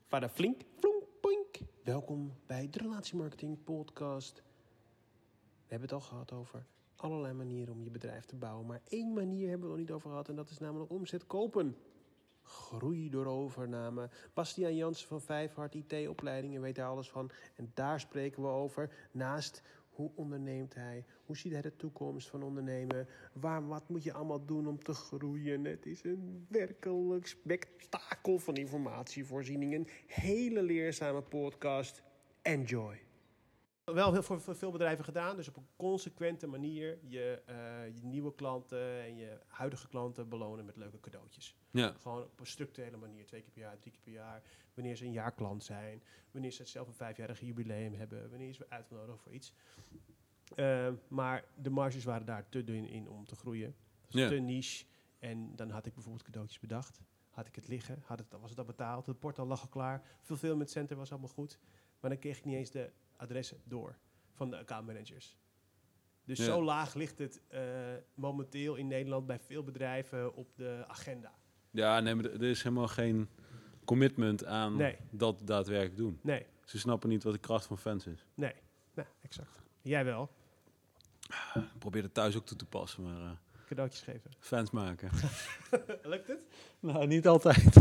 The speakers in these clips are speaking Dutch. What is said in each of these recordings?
Vada flink, flonk, poink. Welkom bij de Relatiemarketing Podcast. We hebben het al gehad over allerlei manieren om je bedrijf te bouwen. Maar één manier hebben we het nog niet over gehad en dat is namelijk omzet kopen. Groei door overname. Bastiaan Jansen van Vijfhart IT-opleidingen weet daar alles van. En daar spreken we over. Naast hoe onderneemt hij? Hoe ziet hij de toekomst van ondernemen? Wat moet je allemaal doen om te groeien? Het is een werkelijk spektakel van informatievoorziening. Een hele leerzame podcast. Enjoy. Wel heel voor veel bedrijven gedaan. Dus op een consequente manier je nieuwe klanten en je huidige klanten belonen met leuke cadeautjes. Ja. Gewoon op een structurele manier. 2 keer per jaar, 3 keer per jaar. Wanneer ze een jaarklant zijn. Wanneer ze zelf een 5-jarig jubileum hebben. Wanneer ze uitnodigen voor iets. Maar de marges waren daar te dun in om te groeien. Dus te niche. En dan had ik bijvoorbeeld cadeautjes bedacht. Had ik het liggen. Was het al betaald. Het portaal lag al klaar. Fulfillment center was allemaal goed. Maar dan kreeg ik niet eens de adressen door van de accountmanagers. Dus zo laag ligt het momenteel in Nederland bij veel bedrijven op de agenda. Ja, nee, maar er is helemaal geen commitment aan dat daadwerkelijk doen. Nee. Ze snappen niet wat de kracht van fans is. Nee, nou, exact. Jij wel. Ik probeer het thuis ook toe te passen, maar... Cadeautjes geven. Fans maken. Lukt het? Nou, niet altijd.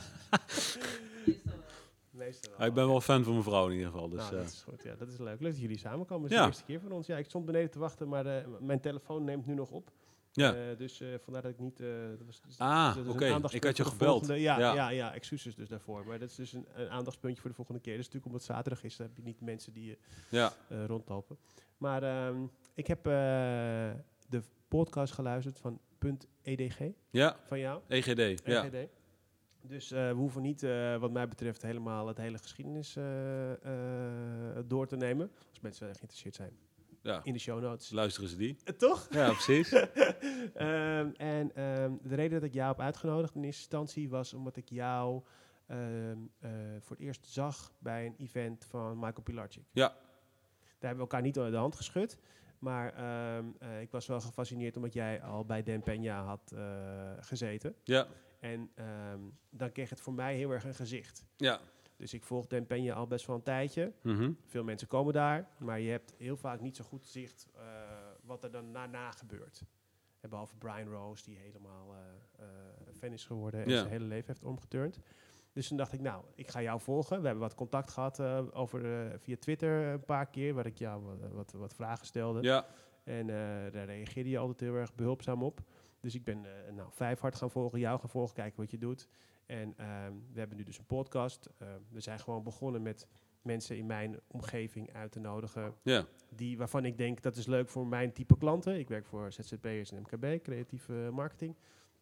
Meestal wel. Ja, ik ben wel fan van mijn vrouw in ieder geval. Dus, nou, dat is goed. Ja, dat is leuk. Leuk dat jullie samenkomen. Dat is de eerste keer voor ons. Ja, ik stond beneden te wachten, maar mijn telefoon neemt nu nog op. Ja. Dus vandaar dat ik niet... oké. Ik had je gebeld. Ja, excuses dus daarvoor. Maar dat is dus een aandachtspuntje voor de volgende keer. Dus natuurlijk omdat het zaterdag is, dan heb je niet mensen die rondlopen. Maar ik heb de podcast geluisterd van .edg. Ja. Van jou. EGD. Ja. Dus we hoeven niet, wat mij betreft, helemaal het hele geschiedenis door te nemen. Als mensen geïnteresseerd zijn. Ja. In de show notes. Luisteren ze die? Toch? Ja, precies. De reden dat ik jou heb uitgenodigd in eerste instantie was omdat ik jou voor het eerst zag bij een event van Michael Pilarczyk. Ja. Daar hebben we elkaar niet door de hand geschud. Maar ik was wel gefascineerd omdat jij al bij Dan Peña had gezeten. Ja. En dan kreeg het voor mij heel erg een gezicht. Ja. Dus ik volg Dan Peña al best wel een tijdje. Mm-hmm. Veel mensen komen daar, maar je hebt heel vaak niet zo goed zicht wat er dan daarna gebeurt. En behalve Brian Rose, die helemaal fan is geworden en zijn hele leven heeft omgeturnd. Dus toen dacht ik, nou, ik ga jou volgen. We hebben wat contact gehad via Twitter een paar keer, waar ik jou wat vragen stelde. Ja. En daar reageerde je altijd heel erg behulpzaam op. Dus ik ben Vijfhart gaan volgen, jou gaan volgen, kijken wat je doet. En we hebben nu dus een podcast. We zijn gewoon begonnen met mensen in mijn omgeving uit te nodigen. Ja. Waarvan ik denk, dat is leuk voor mijn type klanten. Ik werk voor ZZP'ers en MKB, creatieve marketing.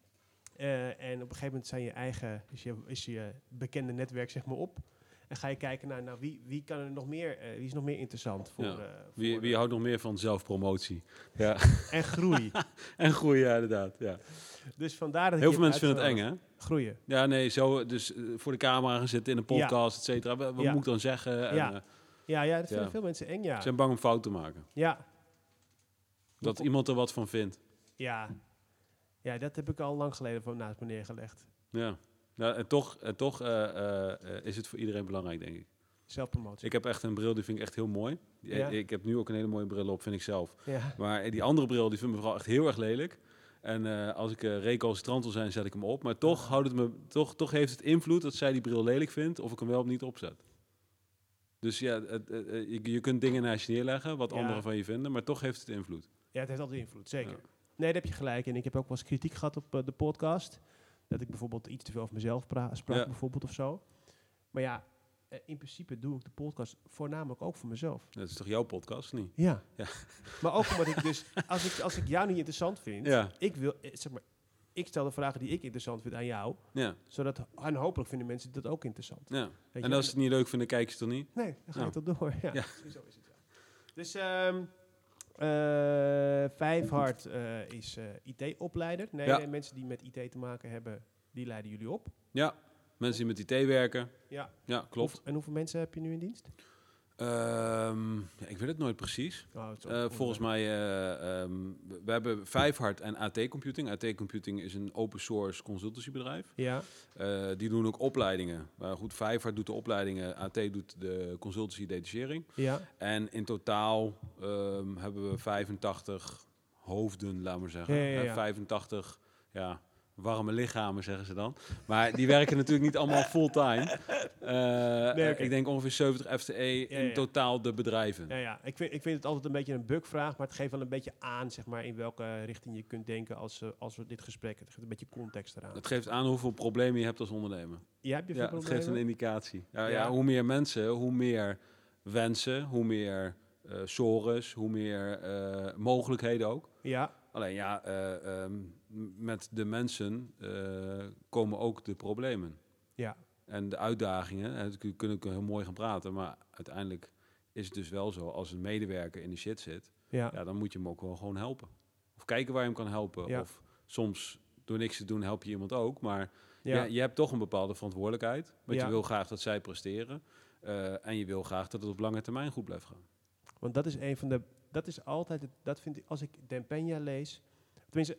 En op een gegeven moment zijn is je bekende netwerk zeg maar op. En ga je kijken naar wie kan er nog meer, wie is nog meer interessant voor. Wie houdt nog meer van zelfpromotie? Ja. En groei. En groei, ja, inderdaad. Ja. Dus vandaar dat heel veel mensen vinden het eng, hè? Groeien. Ja, nee, zo dus voor de camera gaan zitten in een podcast, et cetera. Wat moet ik dan zeggen? Dat vinden veel mensen eng, ja. Ze zijn bang om fout te maken. Ja. Dat iemand er wat van vindt. Ja, dat heb ik al lang geleden naast me neergelegd. Ja. Nou, en toch is het voor iedereen belangrijk, denk ik. Zelfpromotie. Ik heb echt een bril, die vind ik echt heel mooi. Ja. Ik heb nu ook een hele mooie bril op, vind ik zelf. Ja. Maar die andere bril, die vind ik vooral echt heel erg lelijk. En als ik recalcitrant wil zijn, zet ik hem op. Maar toch, toch heeft het invloed dat zij die bril lelijk vindt, of ik hem wel of niet opzet. Dus ja, je kunt dingen naast je neerleggen, wat anderen van je vinden, maar toch heeft het invloed. Ja, het heeft altijd invloed, zeker. Ja. Nee, daar heb je gelijk. En ik heb ook wel eens kritiek gehad op de podcast. Dat ik bijvoorbeeld iets te veel over mezelf sprak, bijvoorbeeld of zo. Maar ja, in principe doe ik de podcast voornamelijk ook voor mezelf. Dat is toch jouw podcast, niet? Ja. Maar ook omdat ik dus, als ik jou niet interessant vind, ik stel de vragen die ik interessant vind aan jou. Ja. En hopelijk vinden mensen dat ook interessant. Ja. En als ze het niet leuk vinden, kijk je toch niet? Nee, dan ga je toch door. Ja. Zo is het. Ja. Dus Vijfhart is IT-opleider. Nee, mensen die met IT te maken hebben, die leiden jullie op. Ja, mensen die met IT werken. Ja, klopt. En hoeveel mensen heb je nu in dienst? Ja, ik weet het nooit precies. Oh, het is ook Volgens mij, we hebben Vijfhard en AT Computing. AT Computing is een open source consultancybedrijf. Ja, Die doen ook opleidingen. Maar goed, Vijfhard doet de opleidingen, AT doet de consultancy detachering. ja, En in totaal hebben we 85 hoofden, laat maar zeggen. Ja. 85, warme lichamen, zeggen ze dan. Maar die werken natuurlijk niet allemaal fulltime. Oké. Ik denk ongeveer 70 FTE in totaal de bedrijven. Ja. Ik vind het altijd een beetje een bugvraag, maar het geeft wel een beetje aan, zeg maar, in welke richting je kunt denken als we dit gesprek. Het geeft een beetje context eraan. Het geeft aan hoeveel problemen je hebt als ondernemer. Ja, heb je veel Het problemen? geeft een indicatie. Ja. Hoe meer mensen, hoe meer wensen, hoe meer sores, hoe meer mogelijkheden ook. Ja, Alleen met de mensen komen ook de problemen. ja, En de uitdagingen. We kunnen ook heel mooi gaan praten, maar uiteindelijk is het dus wel zo. Als een medewerker in de shit zit, ja. dan moet je hem ook wel gewoon helpen. Of kijken waar je hem kan helpen. Ja. Of soms door niks te doen help je iemand ook. Maar Ja. je hebt toch een bepaalde verantwoordelijkheid. Want Ja. je wil graag dat zij presteren. En je wil graag dat het op lange termijn goed blijft gaan. Want dat is een van de. Dat is altijd. Dat vind ik, als ik Dan Peña lees. Tenminste.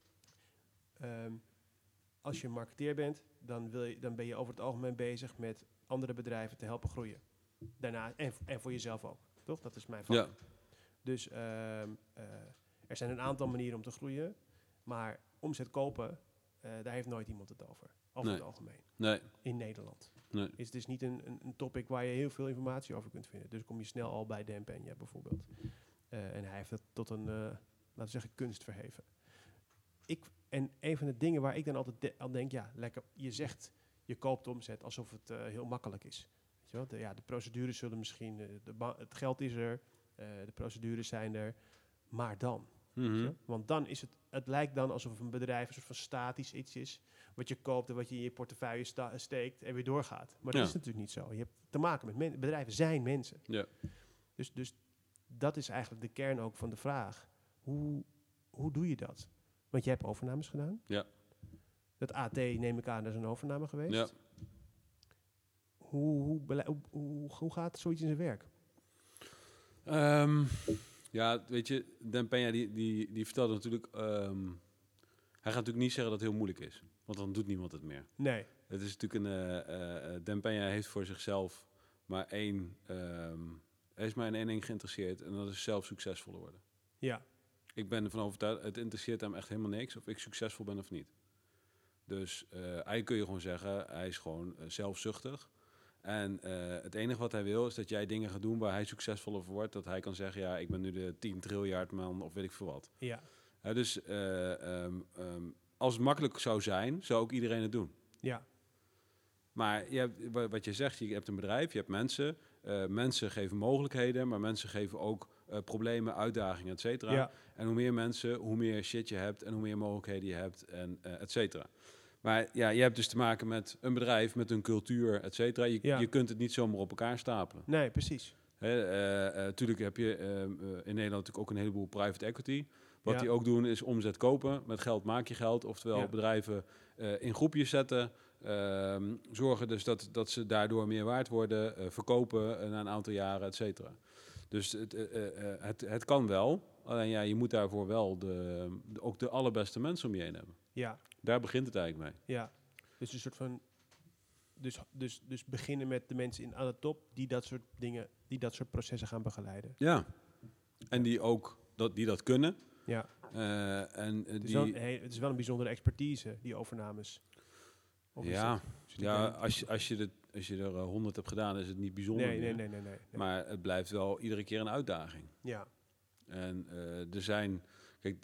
Als je marketeer bent, dan ben je over het algemeen bezig met andere bedrijven te helpen groeien. Daarna, en voor jezelf ook. Toch? Dat is mijn vak. Ja. Dus er zijn een aantal manieren om te groeien. Maar omzet kopen, daar heeft nooit iemand het over. Over het algemeen. Nee. In Nederland. Nee. Het is niet een topic waar je heel veel informatie over kunt vinden. Dus kom je snel al bij Dan Peña bijvoorbeeld. En hij heeft het tot een, laten we zeggen, kunst verheven. En een van de dingen waar ik dan altijd aan denk, ja, lekker, je zegt, je koopt omzet alsof het heel makkelijk is. Weet je wel? De procedures zullen misschien, het geld is er, de procedures zijn er, maar dan. Mm-hmm. Want dan is het lijkt dan alsof een bedrijf een soort van statisch iets is, wat je koopt en wat je in je portefeuille steekt en weer doorgaat. Maar dat is natuurlijk niet zo. Je hebt te maken met bedrijven zijn mensen. Ja. Dus dat is eigenlijk de kern ook van de vraag. Hoe doe je dat? Want je hebt overnames gedaan. Ja. Dat AT, neem ik aan, is een overname geweest. Ja. Hoe gaat zoiets in zijn werk? Ja, weet je, Dan Peña die vertelde natuurlijk... hij gaat natuurlijk niet zeggen dat het heel moeilijk is. Want dan doet niemand het meer. Nee. Het is natuurlijk Dan Peña heeft voor zichzelf maar één... hij is maar in één ding geïnteresseerd. En dat is zelf succesvoller worden. Ja. Ik ben ervan overtuigd, het interesseert hem echt helemaal niks of ik succesvol ben of niet. Dus eigenlijk kun je gewoon zeggen, hij is gewoon zelfzuchtig. En het enige wat hij wil is dat jij dingen gaat doen waar hij succesvoller voor wordt. Dat hij kan zeggen, ja, ik ben nu de 10 triljard man of weet ik veel wat. Ja. Dus als het makkelijk zou zijn, zou ook iedereen het doen. Ja. Maar wat je zegt, je hebt een bedrijf, je hebt mensen. Mensen geven mogelijkheden, maar mensen geven ook problemen, uitdagingen, et cetera. Ja. En hoe meer mensen, hoe meer shit je hebt en hoe meer mogelijkheden je hebt, en et cetera. Maar ja, je hebt dus te maken met een bedrijf, met een cultuur, et cetera. Je kunt het niet zomaar op elkaar stapelen. Nee, precies. Tuurlijk heb je in Nederland natuurlijk ook een heleboel private equity. Wat die ook doen is omzet kopen. Met geld maak je geld. Oftewel bedrijven in groepjes zetten. Zorgen dus dat ze daardoor meer waard worden. Verkopen na een aantal jaren, et cetera. Dus het kan wel. Alleen ja, je moet daarvoor wel ook de allerbeste mensen om je heen hebben. Ja. Daar begint het eigenlijk mee. Ja. Dus een soort van... Dus beginnen met de mensen aan de top die dat soort dingen, die dat soort processen gaan begeleiden. Ja. En die dat kunnen. Ja. Het is wel een bijzondere expertise, die overnames. Als je er 100 hebt gedaan, is het niet bijzonder meer. Nee. Maar het blijft wel iedere keer een uitdaging. Ja. En er zijn... Kijk,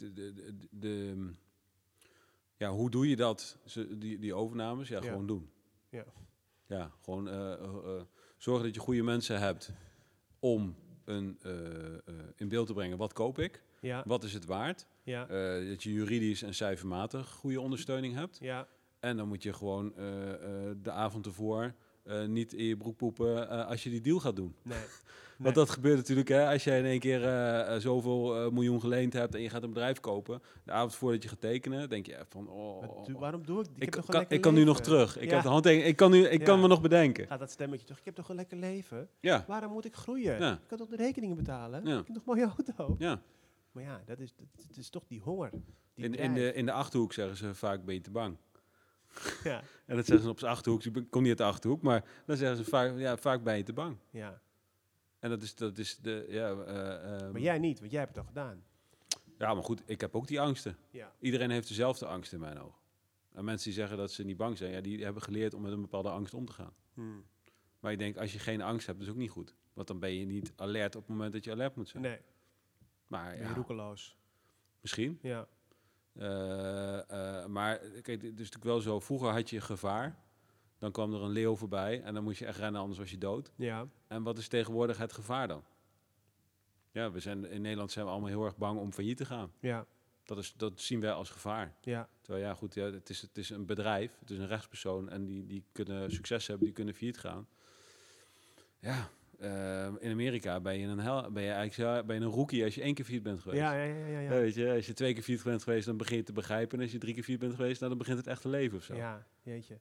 hoe doe je dat, die overnames? Ja, gewoon doen. Ja. Ja, gewoon zorgen dat je goede mensen hebt om in beeld te brengen. Wat koop ik? Ja. Wat is het waard? Ja. Dat je juridisch en cijfermatig goede ondersteuning hebt. Ja. En dan moet je gewoon de avond ervoor niet in je broek poepen als je die deal gaat doen. Nee. Want dat gebeurt natuurlijk, hè, als jij in één keer zoveel miljoen geleend hebt en je gaat een bedrijf kopen. De avond voordat je gaat tekenen, denk je van, Waarom doe ik? Ik kan nu nog terug. Ik heb de handtekening. Ik kan me nog bedenken. Gaat dat stemmetje toch? Ik heb toch een lekker leven? Ja. Waarom moet ik groeien? Ja. Ik kan toch de rekeningen betalen? Ja. Ik heb nog een mooie auto. Ja. Maar ja, dat is toch die honger. Die In de Achterhoek zeggen ze vaak, ben je te bang. Ja. En dat zeggen ze op zijn Achterhoek. Ik kom niet uit de Achterhoek, maar dan zeggen ze vaak ben je te bang. Ja. En dat is de... Maar jij niet, want jij hebt het al gedaan. Ja, maar goed, ik heb ook die angsten. Ja. Iedereen heeft dezelfde angst in mijn ogen. En mensen die zeggen dat ze niet bang zijn, ja, die hebben geleerd om met een bepaalde angst om te gaan. Maar ik denk, als je geen angst hebt, dat is ook niet goed. Want dan ben je niet alert op het moment dat je alert moet zijn. Nee. Maar Ben je roekeloos. Misschien. Ja. Maar kijk, het is natuurlijk wel zo. Vroeger had je gevaar. Dan kwam er een leeuw voorbij en dan moest je echt rennen, anders was je dood. Ja. En wat is tegenwoordig het gevaar dan? Ja, in Nederland zijn we allemaal heel erg bang om failliet te gaan. Ja. Dat zien wij als gevaar. Ja. Terwijl ja, goed, het is een bedrijf, het is een rechtspersoon en die kunnen succes hebben, die kunnen failliet gaan. Ja, in Amerika ben je een rookie als je 1 keer failliet bent geweest. Ja. Weet je, als je 2 keer failliet bent geweest, dan begin je te begrijpen. En als je 3 keer failliet bent geweest, dan begint het echte leven of zo. Ja, jeetje.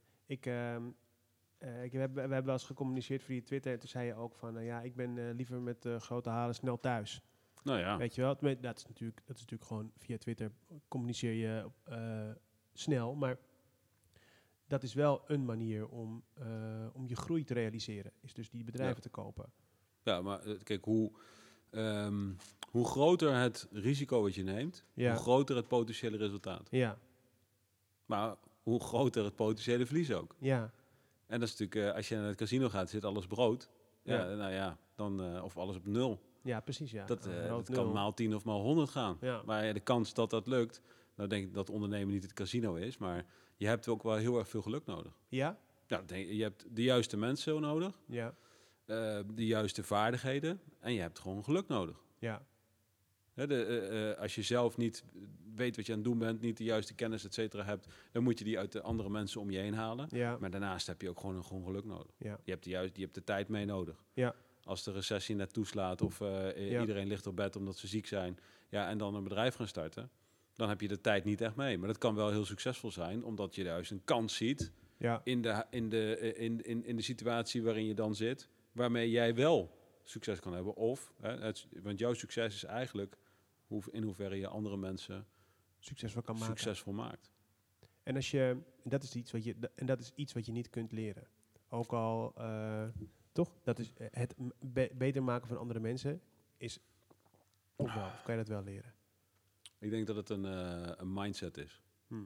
We hebben wel eens gecommuniceerd via Twitter. En toen zei je ook van, ik ben liever met grote halen snel thuis. Nou ja. Weet je wel? Dat is natuurlijk gewoon via Twitter communiceer je snel. Maar dat is wel een manier om je groei te realiseren. Is dus die bedrijven te kopen. Ja, maar kijk, hoe groter het risico wat je neemt, hoe groter het potentiële resultaat. Ja. Maar hoe groter het potentiële verlies ook. Ja. En dat is natuurlijk, als je naar het casino gaat, zit alles brood. Ja. Nou ja, dan, of alles op 0. Ja, precies, ja. Dat kan maal 10 of maal 100 gaan. Ja. Maar de kans dat dat lukt, nou denk ik dat ondernemen niet het casino is, maar je hebt ook wel heel erg veel geluk nodig. Ja? Nou, je hebt de juiste mensen nodig, de juiste vaardigheden en je hebt gewoon geluk nodig. Ja. Als je zelf niet weet wat je aan het doen bent, niet de juiste kennis, et cetera, hebt, dan moet je die uit de andere mensen om je heen halen. Ja. Maar daarnaast heb je ook gewoon geluk nodig. Ja. Je hebt de tijd mee nodig. Ja. Als de recessie net toeslaat of iedereen ligt op bed omdat ze ziek zijn, en dan een bedrijf gaan starten, dan heb je de tijd niet echt mee. Maar dat kan wel heel succesvol zijn, omdat je juist een kans ziet in de situatie waarin je dan zit, waarmee jij wel succes kan hebben. Of, want jouw succes is eigenlijk in hoeverre je andere mensen succesvol maakt. En dat is iets wat je niet kunt leren. Ook al, toch? Dat is het beter maken van andere mensen is, of kan je dat wel leren? Ik denk dat het een mindset is.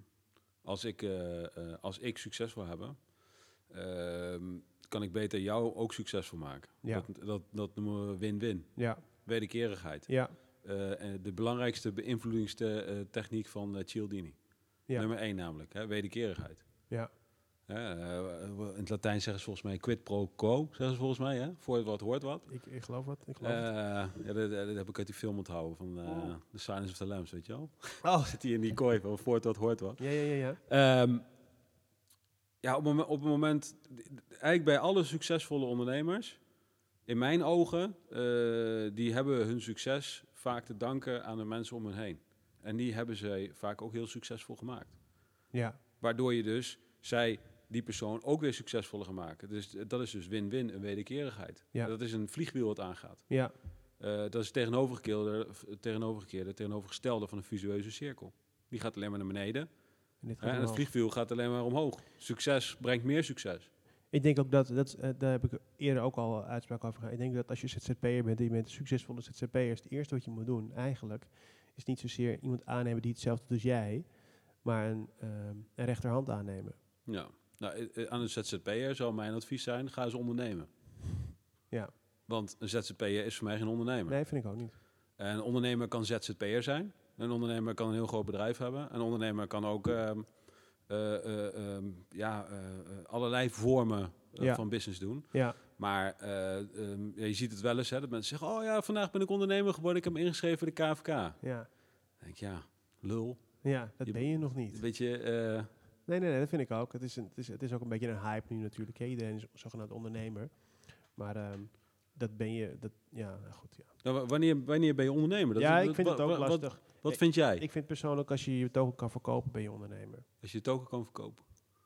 Als ik succes wil hebben, kan ik beter jou ook succesvol maken. Ja. Dat noemen we win-win. Ja. Wederkerigheid. Ja. De belangrijkste beïnvloedingstechniek van Cialdini. Ja. Nummer 1 namelijk, wederkerigheid. Ja. In het Latijn zeggen ze volgens mij quid pro quo, zeggen ze volgens mij, hè? Voor wat hoort wat. Ik geloof wat. Dat heb ik uit die film onthouden van The Silence of the Lambs, weet je wel? Zit hij in die kooi van voor wat hoort wat. Ja. Op het moment, eigenlijk bij alle succesvolle ondernemers, in mijn ogen, die hebben hun succes vaak te danken aan de mensen om hen heen. En die hebben zij vaak ook heel succesvol gemaakt. Ja. Waardoor je dus die persoon ook weer succesvoller gaan maken. Dus dat is dus win-win, een wederkerigheid. Ja. Dat is een vliegwiel wat aangaat. Ja. Dat is het tegenovergestelde van een visueuze cirkel. Die gaat alleen maar naar beneden. En het vliegwiel gaat alleen maar omhoog. Succes brengt meer succes. Ik denk ook daar heb ik eerder ook al uitspraak over gedaan. Ik denk dat als je ZZP'er bent en je bent een succesvolle ZZP'er, is het eerste wat je moet doen eigenlijk, is niet zozeer iemand aannemen die hetzelfde doet als jij, maar een rechterhand aannemen. Ja, nou, aan een ZZP'er zou mijn advies zijn, ga eens ondernemen. Ja. Want een ZZP'er is voor mij geen ondernemer. Nee, vind ik ook niet. Een ondernemer kan ZZP'er zijn. Een ondernemer kan een heel groot bedrijf hebben. Een ondernemer kan ook allerlei vormen van business doen. Ja. Maar je ziet het wel eens, dat mensen zeggen, vandaag ben ik ondernemer geworden, ik heb me ingeschreven voor de KVK. Ja. Dan denk ik, lul. Ja, dat ben je nog niet. Weet je, Nee, dat vind ik ook. Het is ook een beetje een hype nu natuurlijk. Hè? Iedereen is zogenaamd ondernemer. Maar dat ben je... Ja. Nou, wanneer ben je ondernemer? Ik vind het ook lastig. Wat vind jij? Ik vind persoonlijk, als je je token kan verkopen, ben je ondernemer. Als je token kan verkopen.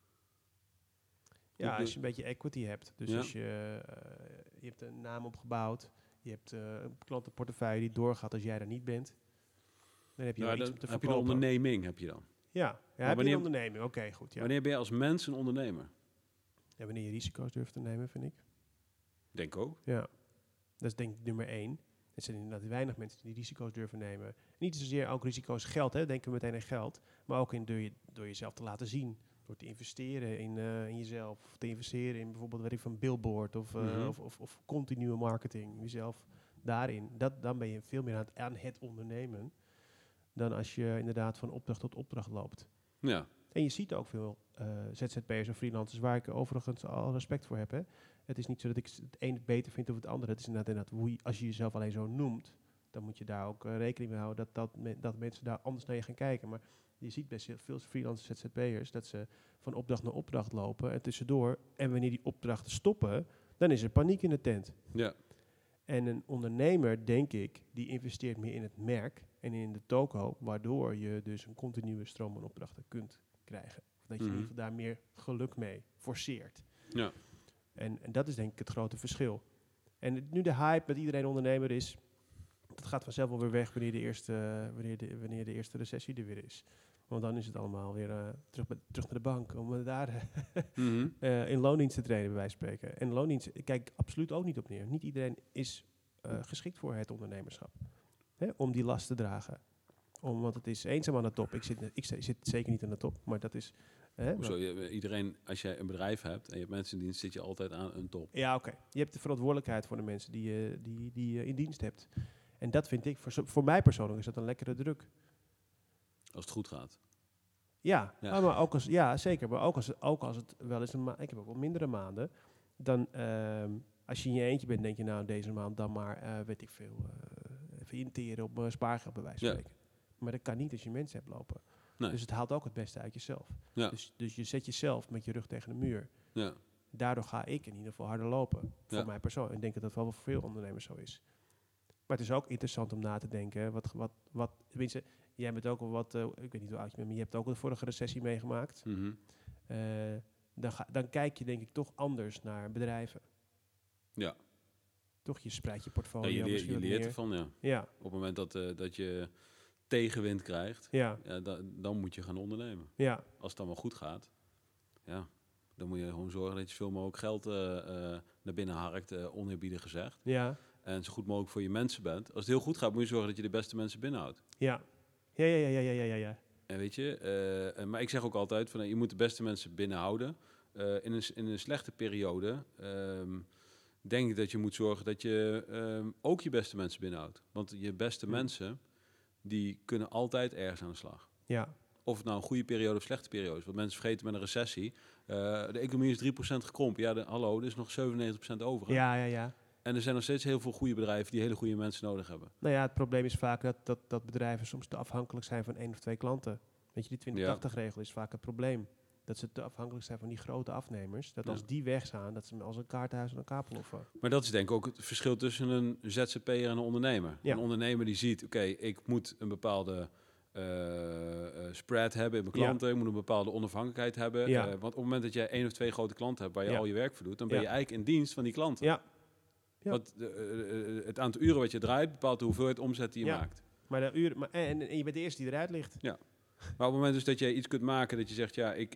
Ja, als je een beetje equity hebt. Dus Ja. als je hebt een naam opgebouwd, je hebt een klantenportefeuille die doorgaat als jij er niet bent, dan heb je wel iets om te heb je verkopen. een onderneming, heb je dan? Ja, heb je een onderneming. Oké, goed. Ja. Wanneer ben je als mens een ondernemer? Ja, wanneer je risico's durft te nemen, vind ik. Denk ook. Ja, dat is denk ik nummer 1. Er zijn inderdaad weinig mensen die risico's durven nemen. Niet zozeer ook risico's geld, hè, denken we meteen aan geld, maar ook door jezelf te laten zien. Door te investeren in jezelf. Of te investeren in bijvoorbeeld van billboard of continue marketing. Jezelf daarin. Dan ben je veel meer aan het ondernemen. Dan als je inderdaad van opdracht tot opdracht loopt. Ja. En je ziet ook veel ZZP'ers en freelancers waar ik overigens al respect voor heb. Hè. Het is niet zo dat ik het een beter vind of het andere. Het is inderdaad als je jezelf alleen zo noemt, dan moet je daar ook rekening mee houden dat mensen daar anders naar je gaan kijken. Maar je ziet best veel freelancers, ZZP'ers, dat ze van opdracht naar opdracht lopen en tussendoor. En wanneer die opdrachten stoppen, dan is er paniek in de tent. Ja. En een ondernemer, denk ik, die investeert meer in het merk en in de toko, waardoor je dus een continue stroom aan opdrachten kunt krijgen. Of dat je in ieder geval daar meer geluk mee forceert. Ja. En dat is denk ik het grote verschil. En nu de hype met iedereen ondernemer is, dat gaat vanzelf wel weer weg wanneer de eerste recessie er weer is. Want dan is het allemaal weer terug naar de bank om daar in loondienst te trainen, bij wijze van spreken. En loondienst kijk absoluut ook niet op neer. Niet iedereen is geschikt voor het ondernemerschap. Hè, om die last te dragen. Want het is eenzaam aan de top. Ik zit zeker niet aan de top, maar dat is... Hoezo? Iedereen, als jij een bedrijf hebt en je hebt mensen in dienst, zit je altijd aan een top. Ja, oké. Je hebt de verantwoordelijkheid voor de mensen die je in dienst hebt. En dat vind ik, voor mij persoonlijk, is dat een lekkere druk. Als het goed gaat. Ja. Maar ook zeker. Maar ook als het wel eens ik heb ook wel mindere maanden. Dan, als je in je eentje bent, denk je nou deze maand dan maar, weet ik veel, even interen op mijn spaargeld, bij wijze van spreken. Maar dat kan niet als je mensen hebt lopen. Nee. Dus het haalt ook het beste uit jezelf. Ja. Dus je zet jezelf met je rug tegen de muur. Ja. Daardoor ga ik in ieder geval harder lopen. Voor mij persoonlijk. Ik denk dat dat wel voor veel ondernemers zo is. Maar het is ook interessant om na te denken. Tenminste, jij bent ook wel ik weet niet hoe oud je bent, maar je hebt ook de vorige recessie meegemaakt. Dan kijk je denk ik toch anders naar bedrijven. Ja. Toch, je spreidt je portfolio. Je leert ervan, ja. Op het moment dat je tegenwind krijgt, dan moet je gaan ondernemen. Ja. Als het allemaal goed gaat, dan moet je gewoon zorgen dat je zoveel mogelijk geld naar binnen harkt, oneerbiedig gezegd. Ja. En zo goed mogelijk voor je mensen bent. Als het heel goed gaat, moet je zorgen dat je de beste mensen binnenhoudt. Ja. Ja. En weet je, maar ik zeg ook altijd, je moet de beste mensen binnenhouden. In een slechte periode denk ik dat je moet zorgen dat je ook je beste mensen binnenhoudt. Want je beste mensen, die kunnen altijd ergens aan de slag. Ja. Of het nou een goede periode of slechte periode is. Want mensen vergeten met een recessie. De economie is 3% gekrompen. Ja, er is nog 97% over. Hè? Ja. En er zijn nog steeds heel veel goede bedrijven die hele goede mensen nodig hebben. Nou ja, het probleem is vaak dat bedrijven soms te afhankelijk zijn van 1 of 2 klanten. Weet je, die 20-80-regel is vaak het probleem. Dat ze te afhankelijk zijn van die grote afnemers. Dat als die weggaan, dat ze als een kaartenhuis aan elkaar ploffen. Maar dat is denk ik ook het verschil tussen een ZZP'er en een ondernemer. Ja. Een ondernemer die ziet, oké, ik moet een bepaalde spread hebben in mijn klanten. Ik moet een bepaalde onafhankelijkheid hebben. Ja. Want op het moment dat jij 1 of 2 grote klanten hebt waar je al je werk voor doet, dan ben je eigenlijk in dienst van die klanten. Ja. Want het aantal uren wat je draait bepaalt de hoeveelheid omzet die je maakt. Maar de uren, en je bent de eerste die eruit ligt. Ja. Maar op het moment dus dat je iets kunt maken dat je zegt,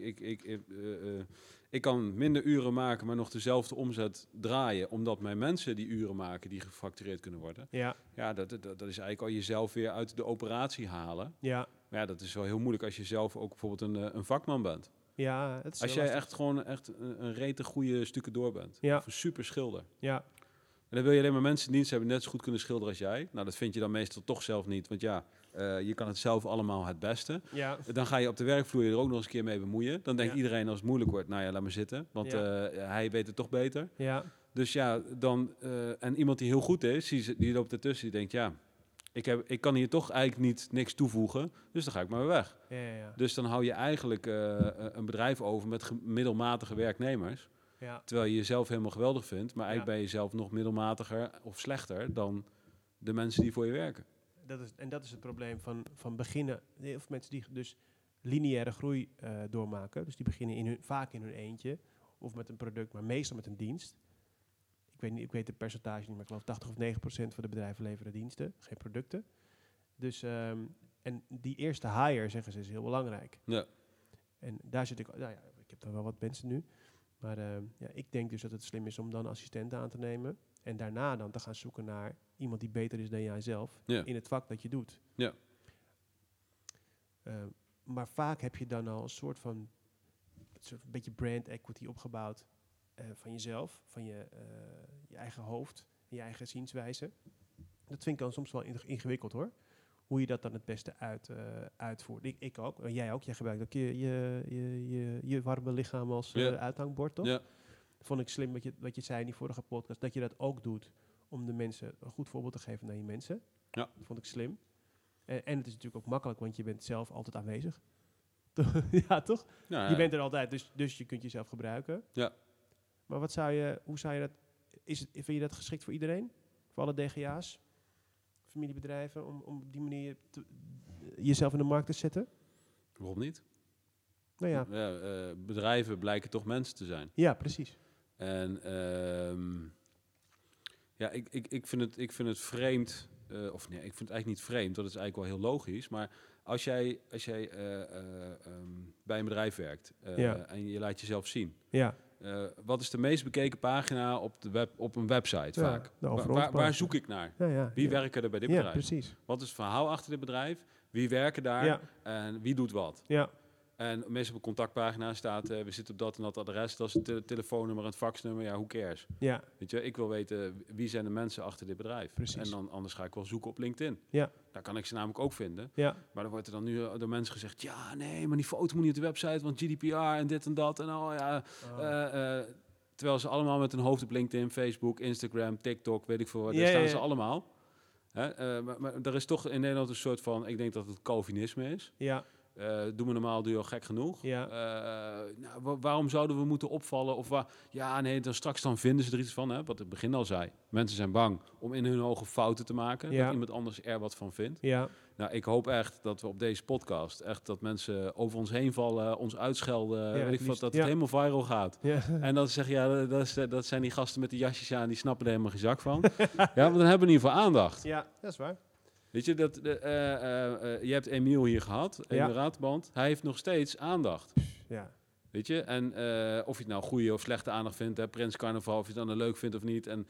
ik kan minder uren maken, maar nog dezelfde omzet draaien, omdat mijn mensen die uren maken die gefactureerd kunnen worden. Ja, dat is eigenlijk al jezelf weer uit de operatie halen. Ja. Maar ja, dat is wel heel moeilijk als je zelf ook bijvoorbeeld een vakman bent. Ja, het is als jij echt gewoon een rete goede stukken door bent. Ja. Of een super schilder. Ja. En dan wil je alleen maar mensen in dienst hebben die net zo goed kunnen schilderen als jij. Nou, dat vind je dan meestal toch zelf niet. Want je kan het zelf allemaal het beste. Ja. Dan ga je op de werkvloer je er ook nog eens een keer mee bemoeien. Dan denkt iedereen als het moeilijk wordt, nou ja, laat maar zitten. Want hij weet het toch beter. Ja. Dus ja, dan... en iemand die heel goed is, die loopt ertussen, die denkt, ik kan hier toch eigenlijk niks toevoegen, dus dan ga ik maar weer weg. Ja. Dus dan hou je eigenlijk een bedrijf over met middelmatige werknemers. Ja. Terwijl je jezelf helemaal geweldig vindt, maar eigenlijk Ja. ben je zelf nog middelmatiger of slechter dan de mensen die voor je werken. Dat is het probleem van beginnen, of mensen die dus lineaire groei doormaken. Dus die beginnen vaak in hun eentje, of met een product, maar meestal met een dienst. Ik weet het percentage niet, maar ik geloof 80 of 9% van de bedrijven leveren diensten, geen producten. Dus, en die eerste hire, zeggen ze, is heel belangrijk. Ja. En daar zit ik heb dan wel wat mensen nu. Maar ik denk dus dat het slim is om dan assistenten aan te nemen. En daarna dan te gaan zoeken naar iemand die beter is dan jijzelf in het vak dat je doet. Ja. Maar vaak heb je dan al een soort beetje brand equity opgebouwd van jezelf, van je eigen hoofd, je eigen zienswijze. Dat vind ik dan soms wel ingewikkeld hoor. Hoe je dat dan het beste uitvoert. Ik ook, jij ook. Jij gebruikt ook je warme lichaam als uithangbord, toch? Ja. Vond ik slim wat je zei in die vorige podcast, dat je dat ook doet om de mensen een goed voorbeeld te geven naar je mensen. Ja. Dat vond ik slim. En het is natuurlijk ook makkelijk, want je bent zelf altijd aanwezig. Ja, toch? Ja, Je bent er altijd, dus je kunt jezelf gebruiken. Ja. Maar hoe zou je dat... Vind je dat geschikt voor iedereen? Voor alle DGA's? Familiebedrijven? Om op die manier jezelf in de markt te zetten? Waarom niet? Nou ja. Bedrijven blijken toch mensen te zijn. Ja, precies. En ik vind het vreemd... ik vind het eigenlijk niet vreemd, dat is eigenlijk wel heel logisch. Maar als jij bij een bedrijf werkt en je laat jezelf zien... Ja. Wat is de meest bekeken pagina op een website vaak? Waar zoek ik naar? Wie werken er bij dit bedrijf? Precies. Wat is het verhaal achter dit bedrijf? Wie werken daar? En wie doet wat? Ja. En meestal op een contactpagina staat... we zitten op dat en dat adres. Dat is het telefoonnummer en het faxnummer. Ja, who cares? Ja. Weet je, ik wil weten wie zijn de mensen achter dit bedrijf. Precies. En dan anders ga ik wel zoeken op LinkedIn. Ja. Daar kan ik ze namelijk ook vinden. Ja. Maar dan wordt er dan nu door mensen gezegd... ja, nee, maar die foto moet niet op de website... want GDPR en dit en dat. En terwijl ze allemaal met hun hoofd op LinkedIn, Facebook, Instagram, TikTok... weet ik veel wat, daar staan ze allemaal. Maar er is toch in Nederland een soort van... ik denk dat het Calvinisme is. Ja. Doe me normaal, doe je al gek genoeg. Ja. Waarom zouden we moeten opvallen? Of dan vinden ze er iets van. Hè? Wat ik begin al zei. Mensen zijn bang om in hun ogen fouten te maken. Ja. Dat iemand anders er wat van vindt. Ja. Nou, ik hoop echt dat we op deze podcast... echt dat mensen over ons heen vallen, ons uitschelden. Weet ik wat, dat het helemaal viral gaat. Ja. En dan zeg je, dat zijn die gasten met die jasjes aan... die snappen er helemaal geen zak van. Ja, want dan hebben we in ieder geval aandacht. Ja, dat is waar. Weet je, je hebt Emiel hier gehad, Emiel Raadband. Hij heeft nog steeds aandacht. Ja. Weet je, en of je het nou goede of slechte aandacht vindt, hè, Prins Carnaval, of je het dan leuk vindt of niet. En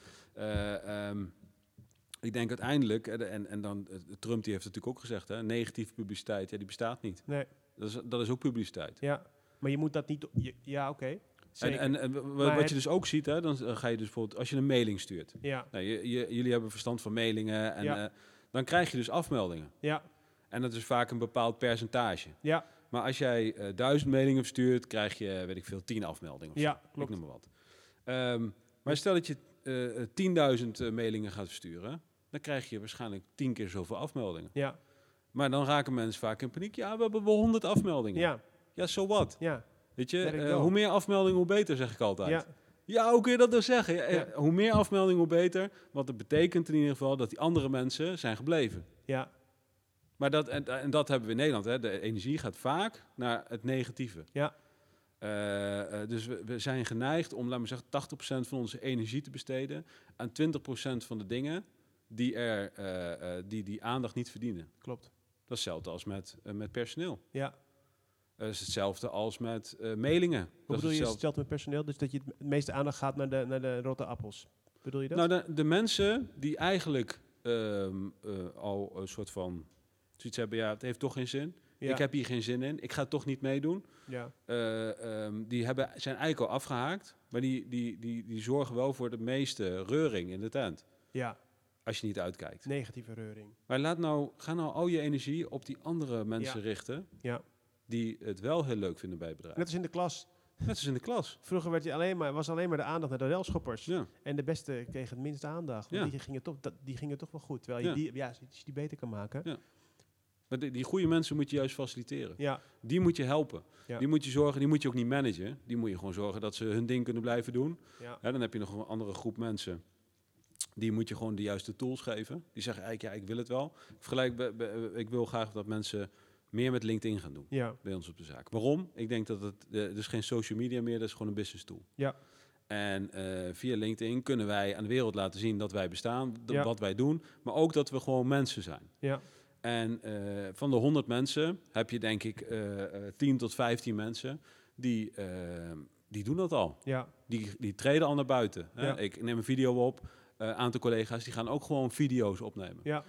ik denk uiteindelijk, en dan Trump die heeft het natuurlijk ook gezegd, hè, negatieve publiciteit, die bestaat niet. Nee. Dat is ook publiciteit. Ja, maar je moet dat niet... oké. En wat je dus ook ziet, hè, dan ga je dus bijvoorbeeld, als je een mailing stuurt. Ja. Nou, jullie hebben verstand van mailingen en... dan krijg je dus afmeldingen. Ja. En dat is vaak een bepaald percentage. Ja. Maar als jij 1000 mailingen verstuurt, krijg je, weet ik veel, 10 afmeldingen. Ja, klopt. Ik noem maar wat. Maar stel dat je 10.000 mailingen gaat versturen, dan krijg je waarschijnlijk 10 keer zoveel afmeldingen. Ja. Maar dan raken mensen vaak in paniek. Ja, we hebben wel 100 afmeldingen. Ja. Ja, so what? Ja. Weet je, hoe meer afmeldingen, hoe beter, zeg ik altijd. Ja. Ja, hoe kun je dat nou zeggen? Ja. Hoe meer afmeldingen, hoe beter. Want dat betekent in ieder geval dat die andere mensen zijn gebleven. Ja. Maar dat hebben we in Nederland. Hè. De energie gaat vaak naar het negatieve. Ja. Dus we zijn geneigd om, laten we zeggen, 80% van onze energie te besteden aan 20% van de dingen die aandacht niet verdienen. Klopt. Dat is hetzelfde als met personeel. Ja. Dat is hetzelfde als met mailingen. Hoe bedoel je hetzelfde met personeel? Dus dat je het meeste aandacht gaat naar de rotte appels. Bedoel je dat? Nou, de mensen die eigenlijk al een soort van zoiets hebben, ja, het heeft toch geen zin. Ja. Ik heb hier geen zin in. Ik ga het toch niet meedoen. Ja. Die zijn eigenlijk al afgehaakt. Maar die zorgen wel voor de meeste reuring in de tent. Ja. Als je niet uitkijkt. Negatieve reuring. Maar ga nou al je energie op die andere mensen richten. Ja. Die het wel heel leuk vinden bij het bedrijf. Net als in de klas. Net als in de klas. Vroeger was alleen maar de aandacht naar de railschoppers. Ja. En de beste kregen het minste aandacht. Want die gingen toch wel goed. Terwijl je die beter kan maken. Ja. Maar die goede mensen moet je juist faciliteren. Ja. Die moet je helpen. Ja. Die moet je zorgen, die moet je ook niet managen. Die moet je gewoon zorgen dat ze hun ding kunnen blijven doen. Ja. Dan heb je nog een andere groep mensen. Die moet je gewoon de juiste tools geven. Die zeggen eigenlijk, ik wil het wel. Ik wil graag dat mensen meer met LinkedIn gaan doen. Ja. Bij ons op de zaak. Waarom? Ik denk dat het is geen social media meer, dat is gewoon een business tool. Ja. En via LinkedIn kunnen wij aan de wereld laten zien dat wij bestaan, Ja. wat wij doen, maar ook dat we gewoon mensen zijn. Ja. En van de 100 mensen heb je denk ik 10 tot 15 mensen die doen dat al. Ja. Die treden al naar buiten. Hè? Ja. Ik neem een video op, een aantal collega's die gaan ook gewoon video's opnemen. Ja.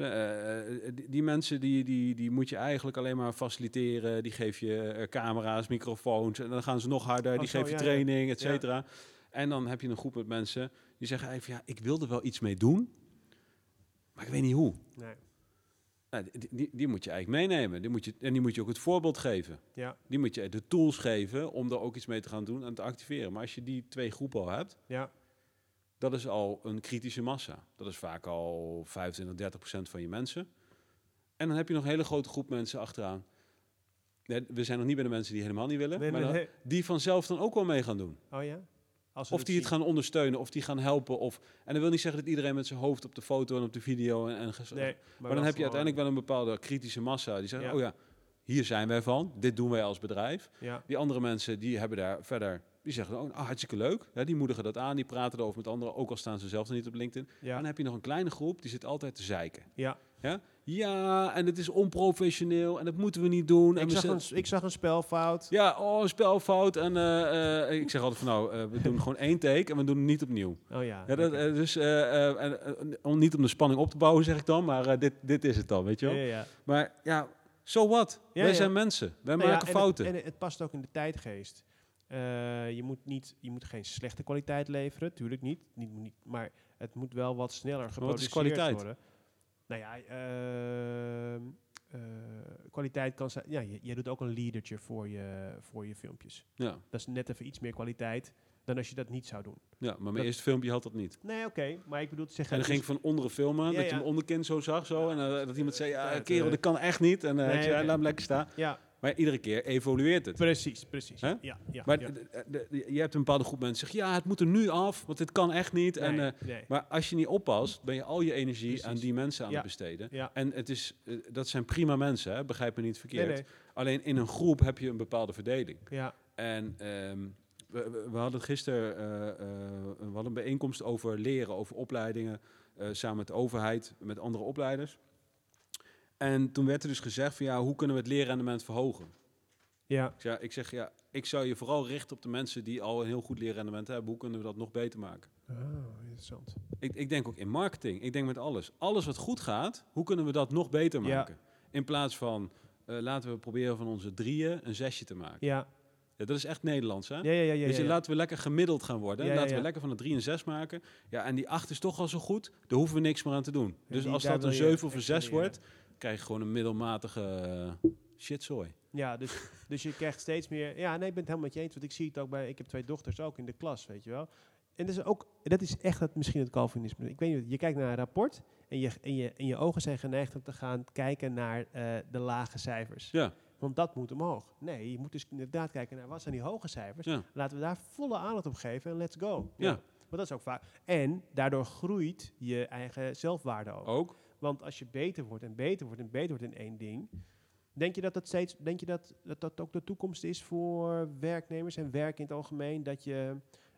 Die mensen die moet je eigenlijk alleen maar faciliteren. Die geef je camera's, microfoons en dan gaan ze nog harder. Die geef je training, et cetera. Ja. En dan heb je een groep met mensen die zeggen eigenlijk ik wil er wel iets mee doen, maar ik weet niet hoe. Nee. Nou, die moet je eigenlijk meenemen. Die moet je ook het voorbeeld geven. Ja. Die moet je de tools geven om er ook iets mee te gaan doen en te activeren. Maar als je die 2 groepen al hebt, dat is al een kritische massa. Dat is vaak al 25-30% van je mensen. En dan heb je nog een hele grote groep mensen achteraan. We zijn nog niet bij de mensen die helemaal niet willen. Maar die vanzelf dan ook wel mee gaan doen. Oh ja? Of die het gaan ondersteunen, of die gaan helpen. En dat wil niet zeggen dat iedereen met zijn hoofd op de foto en op de video. Maar dan heb je uiteindelijk wel een bepaalde kritische massa. Die zeggen, hier zijn wij van. Dit doen wij als bedrijf. Ja. Die andere mensen, die hebben daar verder... Die zeggen, hartstikke leuk. Ja, die moedigen dat aan, die praten erover met anderen. Ook al staan ze zelf nog niet op LinkedIn. Ja. En dan heb je nog een kleine groep, die zit altijd te zeiken. Ja. Ja, en het is onprofessioneel en dat moeten we niet doen. Ik zag een spelfout. Ja, een spelfout. En ik zeg altijd van we doen gewoon 1 take en we doen het niet opnieuw. Oh ja. Dus niet om de spanning op te bouwen, zeg ik dan, maar dit is het dan, weet je wel. Ja. Maar ja, so what? Wij zijn mensen. Wij maken fouten. En het past ook in de tijdgeest. Je moet geen slechte kwaliteit leveren, tuurlijk niet. Maar het moet wel wat sneller geproduceerd worden. Nou ja, kwaliteit kan zijn... Ja, je doet ook een leadertje voor je filmpjes. Ja. Dat is net even iets meer kwaliteit dan als je dat niet zou doen. Ja, maar mijn eerste filmpje had dat niet. Nee, oké. Maar ik bedoel te zeggen... En dan ging ik van onderen filmen, dat je mijn onderkin zo zag. En dat iemand zei, kerel, dat kan echt niet. En laat hem lekker staan. Ja. Maar iedere keer evolueert het. Precies. Huh? Ja, maar je hebt een bepaalde groep mensen die zeggen... het moet er nu af, want dit kan echt niet. Maar als je niet oppast, ben je al je energie aan die mensen aan het besteden. Ja. En dat zijn prima mensen, hè? Begrijp me niet verkeerd. Nee. Alleen in een groep heb je een bepaalde verdeling. Ja. En we hadden gisteren we hadden een bijeenkomst over leren, over opleidingen... samen met de overheid, met andere opleiders... En toen werd er dus gezegd van hoe kunnen we het leerrendement verhogen? Ja. Ik zou je vooral richten op de mensen die al een heel goed leerrendement hebben. Hoe kunnen we dat nog beter maken? Oh, interessant. Ik denk ook in marketing. Ik denk met alles. Alles wat goed gaat, hoe kunnen we dat nog beter maken? In plaats van, laten we proberen van onze 3 een 6 te maken. Ja. Ja, dat is echt Nederlands, hè? Dus laten we lekker gemiddeld gaan worden. Laten we lekker van de 3 een 6 maken. Ja, en die 8 is toch al zo goed. Daar hoeven we niks meer aan te doen. Dus als dat een 7 of een 6 wordt... krijg je gewoon een middelmatige shitzooi. Ja, dus je krijgt steeds meer... Ja, nee, ik ben het helemaal met je eens. Want ik zie het ook bij... Ik heb 2 dochters ook in de klas, weet je wel. En dat is echt misschien het Calvinisme. Ik weet niet, je kijkt naar een rapport... en je ogen zijn geneigd om te gaan kijken naar de lage cijfers. Ja. Want dat moet omhoog. Nee, je moet dus inderdaad kijken naar wat zijn die hoge cijfers. Ja. Laten we daar volle aandacht op geven en let's go. Ja. Maar dat is ook vaak... En daardoor groeit je eigen zelfwaarde ook. Want als je beter wordt en beter wordt en beter wordt in 1 ding... Denk je dat ook de toekomst is voor werknemers en werk in het algemeen? Dat je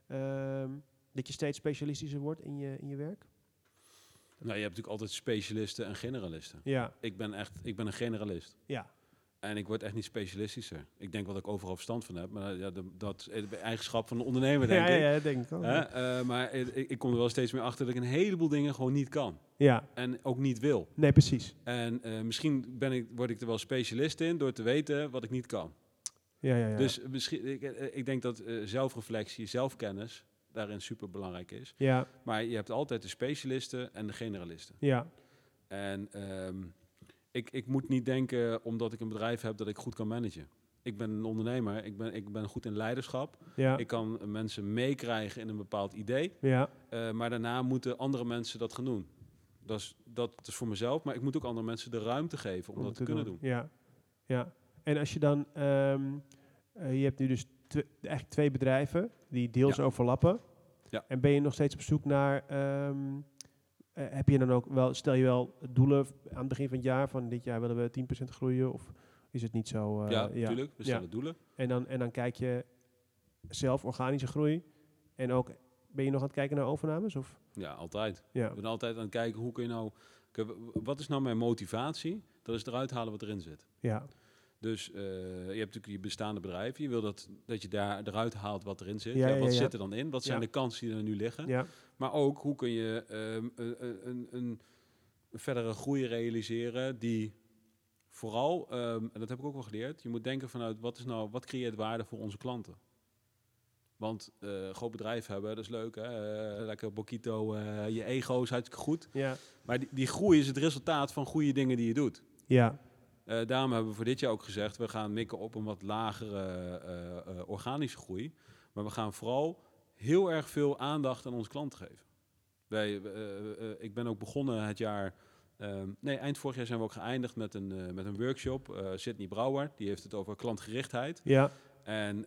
steeds specialistischer wordt in je werk? Nou, je hebt natuurlijk altijd specialisten en generalisten. Ja. Ik ben een generalist. Ja. En ik word echt niet specialistischer. Ik denk wat ik overal verstand van heb. Maar dat is de eigenschap van een ondernemer, denk ik. Ja, denk ik ook. Maar ik kom er wel steeds meer achter dat ik een heleboel dingen gewoon niet kan. Ja. En ook niet wil. Nee, precies. En misschien word ik er wel specialist in door te weten wat ik niet kan. Ja. Dus ik denk dat zelfreflectie, zelfkennis daarin super belangrijk is. Ja. Maar je hebt altijd de specialisten en de generalisten. Ja. En... Ik moet niet denken, omdat ik een bedrijf heb, dat ik goed kan managen. ik ben een ondernemer, ik ben goed in leiderschap. Ja. Ik kan mensen meekrijgen in een bepaald idee. Ja. Maar daarna moeten andere mensen dat gaan doen. Dat is voor mezelf, maar ik moet ook andere mensen de ruimte geven om dat te kunnen doen. Ja. Ja. En als je dan... je hebt nu dus eigenlijk 2 bedrijven die deels overlappen. Ja. En ben je nog steeds op zoek naar... heb je dan ook wel... Stel je wel doelen aan het begin van het jaar... van dit jaar willen we 10% groeien? Of is het niet zo? Ja, natuurlijk. We stellen doelen. En dan kijk je zelf organische groei. En ook... Ben je nog aan het kijken naar overnames? Of? Ja, altijd. Ja. Ik ben altijd aan het kijken, hoe kun je nou... Wat is nou mijn motivatie? Dat is eruit halen wat erin zit. Ja. Dus je hebt natuurlijk je bestaande bedrijf. Je wil dat je daar eruit haalt wat erin zit. Ja, wat zit er dan in? Wat zijn de kansen die er nu liggen? Ja. Maar ook, hoe kun je een verdere groei realiseren die vooral... en dat heb ik ook wel geleerd. Je moet denken vanuit, wat creëert waarde voor onze klanten? Want groot bedrijf hebben, dat is leuk. Hè? Lekker Bokito, je ego is hartstikke goed. Ja. Maar die groei is het resultaat van goede dingen die je doet. Ja. Daarom hebben we voor dit jaar ook gezegd... we gaan mikken op een wat lagere organische groei. Maar we gaan vooral heel erg veel aandacht aan onze klanten geven. Ik ben ook begonnen het jaar... eind vorig jaar zijn we ook geëindigd met een workshop. Sydney Brouwer, die heeft het over klantgerichtheid. Ja. En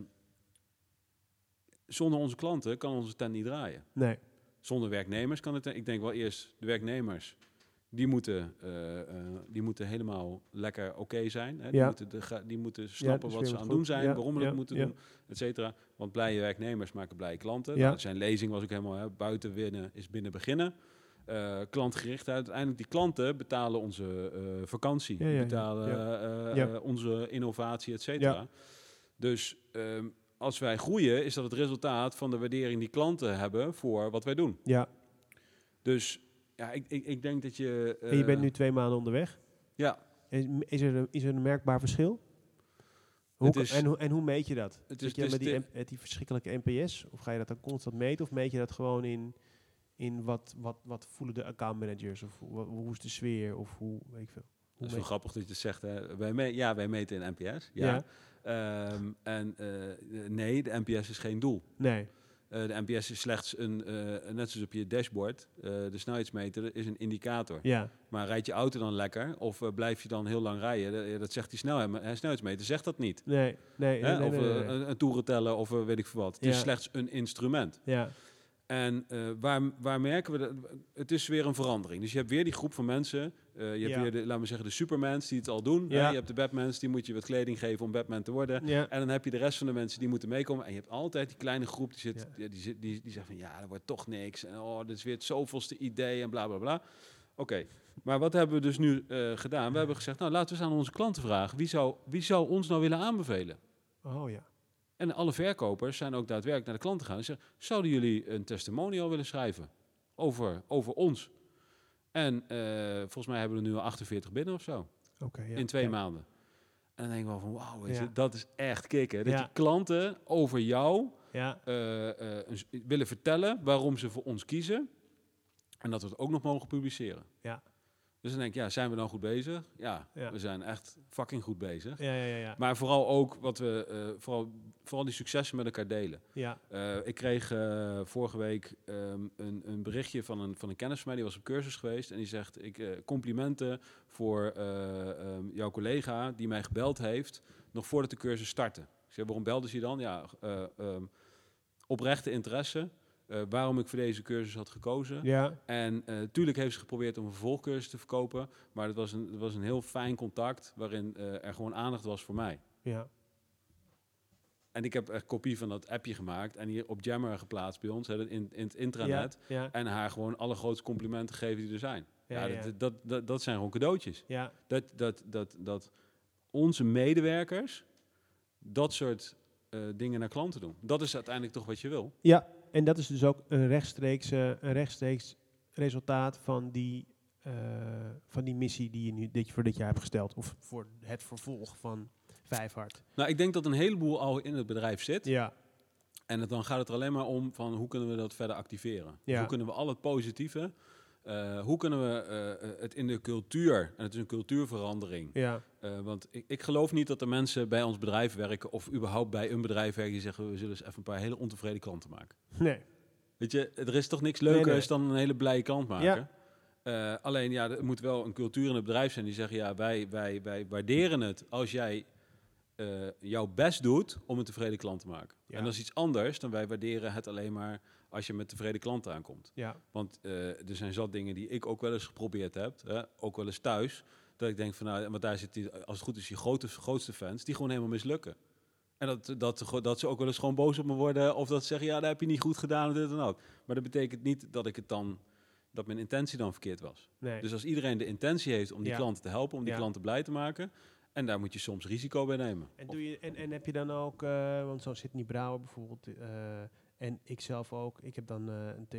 zonder onze klanten kan onze tent niet draaien. Nee. Zonder werknemers kan het... Ik denk wel eerst de werknemers... Die moeten helemaal lekker oké zijn. Hè? Die moeten snappen wat ze aan het doen zijn, waarom we dat moeten doen, et cetera. Want blije werknemers maken blije klanten. Nou, zijn lezing was ook helemaal buiten winnen is binnen beginnen. Klantgerichtheid. Uiteindelijk die klanten betalen onze vakantie, betalen onze innovatie, et cetera. Ja. Dus als wij groeien, is dat het resultaat van de waardering die klanten hebben voor wat wij doen. Ja. Dus ja, ik denk dat je... en je bent nu 2 maanden onderweg. Ja. Is er een merkbaar verschil? En hoe meet je dat? Zit je met die verschrikkelijke NPS? Of ga je dat dan constant meten? Of meet je dat gewoon in wat voelen de accountmanagers? Of hoe is de sfeer? Of hoe, weet ik veel. Dat is wel grappig dat je het zegt. Hè? Wij meten in NPS. Ja. Nee, de NPS is geen doel. Nee. De NPS is slechts net zoals op je dashboard, de snelheidsmeter is een indicator. Ja. Maar rijdt je auto dan lekker of blijf je dan heel lang rijden? Dat zegt die snelheidsmeter, zegt dat niet. Nee. Of een toeren tellen of weet ik veel wat. Het is slechts een instrument. Ja. En waar merken we dat? Het is weer een verandering. Dus je hebt weer die groep van mensen. Je hebt weer laten we zeggen, de Supermans die het al doen. Ja. Je hebt de Batmans, die moet je wat kleding geven om Batman te worden. Ja. En dan heb je de rest van de mensen die moeten meekomen. En je hebt altijd die kleine groep die zegt van ja, dat wordt toch niks. En dit is weer het zoveelste idee en bla bla bla. Oké, maar wat hebben we dus nu gedaan? We hebben gezegd, nou laten we eens aan onze klanten vragen. Wie zou ons nou willen aanbevelen? Oh ja. En alle verkopers zijn ook daadwerkelijk naar de klanten gegaan en zeggen, zouden jullie een testimonial willen schrijven over ons? En volgens mij hebben we er nu al 48 binnen of zo. In 2 maanden. En dan denk ik wel van, wauw, dat is echt kicken. Dat je klanten over jou willen vertellen waarom ze voor ons kiezen. En dat we het ook nog mogen publiceren. Ja. Dus dan denk ik, zijn we dan goed bezig? Ja, we zijn echt fucking goed bezig. Ja. Maar vooral ook wat we vooral die successen met elkaar delen. Ja. Ik kreeg vorige week een berichtje van een kennis van mij, die was op cursus geweest. En die zegt, complimenten voor jouw collega die mij gebeld heeft, nog voordat de cursus startte. Ik zeg, waarom belde ze je dan? Ja, oprechte interesse. Waarom ik voor deze cursus had gekozen. Ja. En tuurlijk heeft ze geprobeerd om een vervolgcursus te verkopen. Maar het was een heel fijn contact waarin er gewoon aandacht was voor mij. Ja. En ik heb echt kopie van dat appje gemaakt en hier op Jammer geplaatst bij ons in het intranet. Ja. Ja. En haar gewoon alle grootste complimenten gegeven die er zijn. Dat zijn gewoon cadeautjes. Ja. Dat onze medewerkers dat soort dingen naar klanten doen. Dat is uiteindelijk toch wat je wil. Ja. En dat is dus ook een rechtstreeks resultaat van die missie die je voor dit jaar hebt gesteld. Of voor het vervolg van Vijfhart. Nou, ik denk dat een heleboel al in het bedrijf zit. Ja. En dan gaat het er alleen maar om van hoe kunnen we dat verder activeren. Ja. Hoe kunnen we al het positieve Hoe kunnen we het in de cultuur, en het is een cultuurverandering. Ja. Want ik geloof niet dat er mensen bij ons bedrijf werken of überhaupt bij een bedrijf werken die zeggen, we zullen eens even een paar hele ontevreden klanten maken. Nee. Weet je, er is toch niks leukers Nee. dan een hele blije klant maken. Ja. Alleen, ja, er moet wel een cultuur in het bedrijf zijn die zeggen, ja, wij waarderen het als jij jouw best doet om een tevreden klant te maken. Ja. En dat is iets anders dan wij waarderen het alleen maar als je met tevreden klanten aankomt. Ja. Want er zijn zat dingen die ik ook wel eens geprobeerd heb, ook wel eens thuis, dat ik denk van, nou, want daar zit die, als het goed is, die grootste fans, die gewoon helemaal mislukken. En dat ze ook wel eens gewoon boos op me worden, of dat ze zeggen, ja, dat heb je niet goed gedaan, of dit en dat. Maar dat betekent niet dat mijn intentie dan verkeerd was. Nee. Dus als iedereen de intentie heeft om die klanten te helpen, om die klanten blij te maken, en daar moet je soms risico bij nemen. En heb je dan ook, want zo Sidney Brouwer bijvoorbeeld, en ik zelf ook, ik heb dan een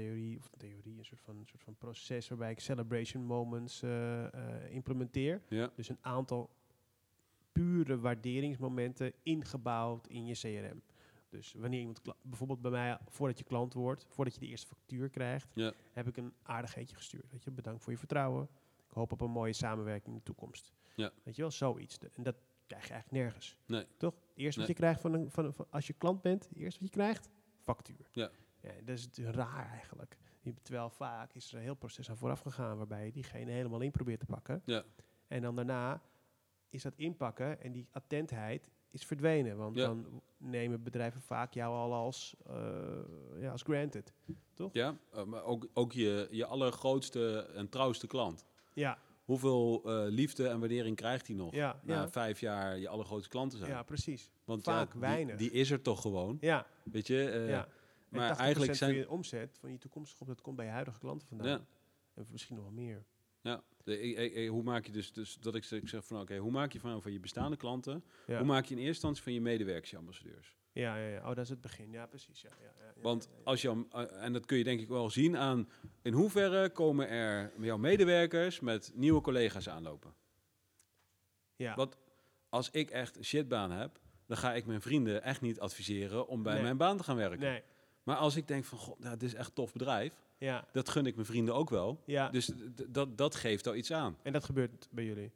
soort van proces waarbij ik celebration moments implementeer. Ja. Dus een aantal pure waarderingsmomenten ingebouwd in je CRM. Dus wanneer iemand, bijvoorbeeld bij mij, voordat je klant wordt, voordat je de eerste factuur krijgt, heb ik een aardigheidje gestuurd. Weet je, bedankt voor je vertrouwen. Ik hoop op een mooie samenwerking in de toekomst. Ja. Weet je wel, zoiets. En dat krijg je eigenlijk nergens. Nee. Toch? Eerst wat je krijgt van als je klant bent, eerst wat je krijgt, factuur. Ja. Ja, dat is raar eigenlijk. Terwijl vaak is er een heel proces aan vooraf gegaan waarbij je diegene helemaal in probeert te pakken. Ja. En dan daarna is dat inpakken en die attentheid is verdwenen. Want dan nemen bedrijven vaak jou al als granted. Toch? Ja, maar ook je allergrootste en trouwste klant. Ja. Hoeveel liefde en waardering krijgt hij nog na 5 jaar je allergrootste klanten zijn? Ja, precies. Want vaak weinig. Die is er toch gewoon. Ja. Weet je? Maar eigenlijk van je omzet, van je toekomstige dat komt bij je huidige klanten vandaan. Ja. En misschien nog wel meer. Ja. Hoe maak je dus dat ik zeg van oké, hoe maak je van je bestaande klanten? Ja. Hoe maak je in eerste instantie van je medewerkers je ambassadeurs? Ja. Oh, dat is het begin. Ja, precies. Ja. Want als je en dat kun je denk ik wel zien aan in hoeverre komen er jouw medewerkers met nieuwe collega's aanlopen. Ja. Want als ik echt een shitbaan heb, dan ga ik mijn vrienden echt niet adviseren om bij mijn baan te gaan werken. Nee. Maar als ik denk van, god, dit is echt een tof bedrijf, dat gun ik mijn vrienden ook wel. Ja. Dus dat geeft al iets aan. En dat gebeurt bij jullie?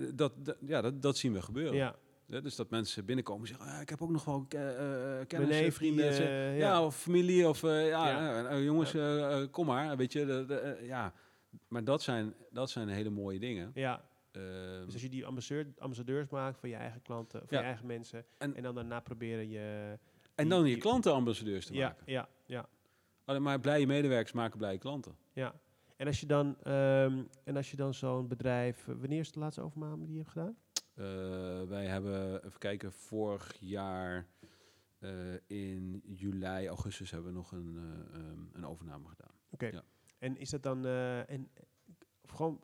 Dat zien we gebeuren. Ja. Dus dat mensen binnenkomen en zeggen, ik heb ook nog wel kennis, vrienden, of familie, of jongens, kom maar, weet je. Maar dat zijn hele mooie dingen. Ja. Dus als je die ambassadeurs maakt voor je eigen klanten, voor je eigen mensen, en dan daarna proberen je... En dan je klantenambassadeurs te maken. Ja. Alleen maar blije medewerkers maken blije klanten. Ja. En als je dan zo'n bedrijf... Wanneer is de laatste overname die je hebt gedaan? Wij hebben, even kijken, vorig jaar in juli, augustus hebben we nog een overname gedaan. Oké. Ja. En is dat dan... gewoon...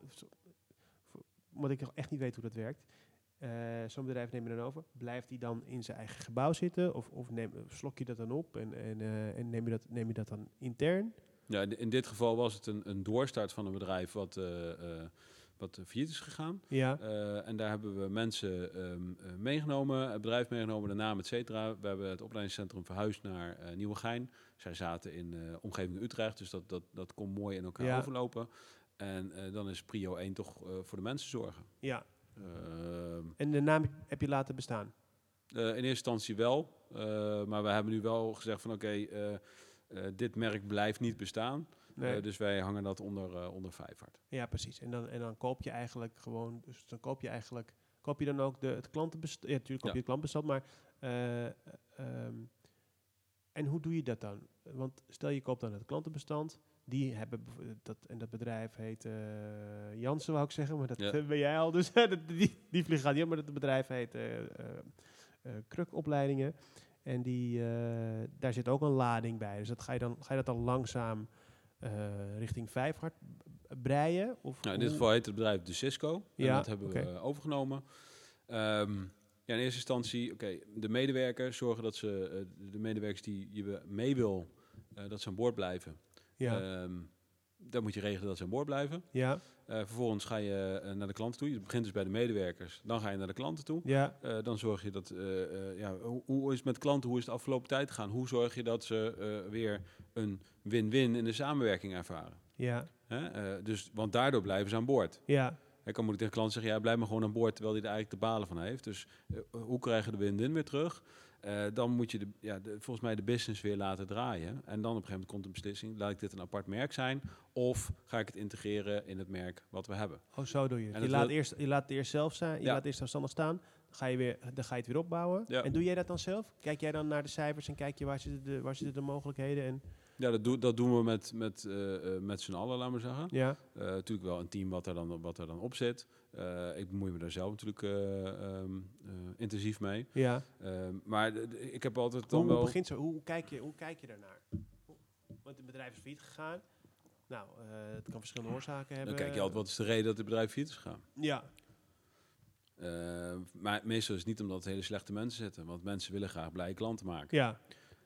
Omdat ik nog echt niet weet hoe dat werkt. Zo'n bedrijf neem je dan over. Blijft die dan in zijn eigen gebouw zitten? Of slok je dat dan op en neem je dat dan intern? Ja, in dit geval was het een doorstart van een bedrijf wat failliet is gegaan. Ja. En daar hebben we mensen meegenomen, het bedrijf meegenomen, de naam, et cetera. We hebben het opleidingscentrum verhuisd naar Nieuwegein. Zij zaten in omgeving Utrecht, dus dat kon mooi in elkaar overlopen. En dan is prio 1 toch voor de mensen zorgen. Ja. En de naam heb je laten bestaan? In eerste instantie wel. Maar we hebben nu wel gezegd van oké, dit merk blijft niet bestaan. Nee. Dus wij hangen dat onder Vijfhart. Ja, precies. En dan koop je eigenlijk gewoon... Dus dan koop je dan ook het klantenbestand... Ja, natuurlijk koop je het klantbestand, maar... en hoe doe je dat dan? Want stel je koopt dan het klantenbestand... Die hebben dat bedrijf heet Jansen, wou ik zeggen, maar dat ben jij al. Dus die vlieg gaat niet op, maar dat bedrijf heet Kruk-opleidingen. En daar zit ook een lading bij. Dus ga je dat dan langzaam richting Vijfhart breien? Of in dit geval heet het bedrijf de Cisco. En dat hebben we overgenomen. In eerste instantie, de medewerkers zorgen dat de medewerkers die je mee wil, dat ze aan boord blijven. Ja. Dan moet je regelen dat ze aan boord blijven. Ja. Vervolgens ga je naar de klanten toe. Je begint dus bij de medewerkers. Dan ga je naar de klanten toe. Ja. Dan zorg je dat... hoe is het met klanten? Hoe is het de afgelopen tijd gegaan? Hoe zorg je dat ze weer een win-win in de samenwerking ervaren? Ja. Hè? Dus, want daardoor blijven ze aan boord. Ja, Ik kan moeilijk tegen klanten zeggen, ja, blijf maar gewoon aan boord, terwijl hij er eigenlijk de balen van heeft. Dus hoe krijg je de win-win weer terug? Dan moet je volgens mij de business weer laten draaien. En dan op een gegeven moment komt de beslissing, laat ik dit een apart merk zijn? Of ga ik het integreren in het merk wat we hebben? oh, zo doe je het. En Je laat het eerst zelf zijn, je laat het eerst zelfstandig staan. Dan ga je het weer opbouwen. Ja. En doe jij dat dan zelf? Kijk jij dan naar de cijfers en kijk je waar zitten de mogelijkheden? En Ja, dat doen we met z'n allen, laat maar zeggen. ja, Natuurlijk wel een team wat er dan op zit. Ik bemoei me daar zelf natuurlijk intensief mee. ja. Maar ik heb altijd dan wel... Hoe kijk je daarnaar? Want het bedrijf is failliet gegaan. Nou, het kan verschillende oorzaken hebben. Dan kijk je altijd, wat is de reden dat het bedrijf failliet is gegaan? Ja, Maar meestal is het niet omdat het hele slechte mensen zitten. Want mensen willen graag blije klanten maken. ja,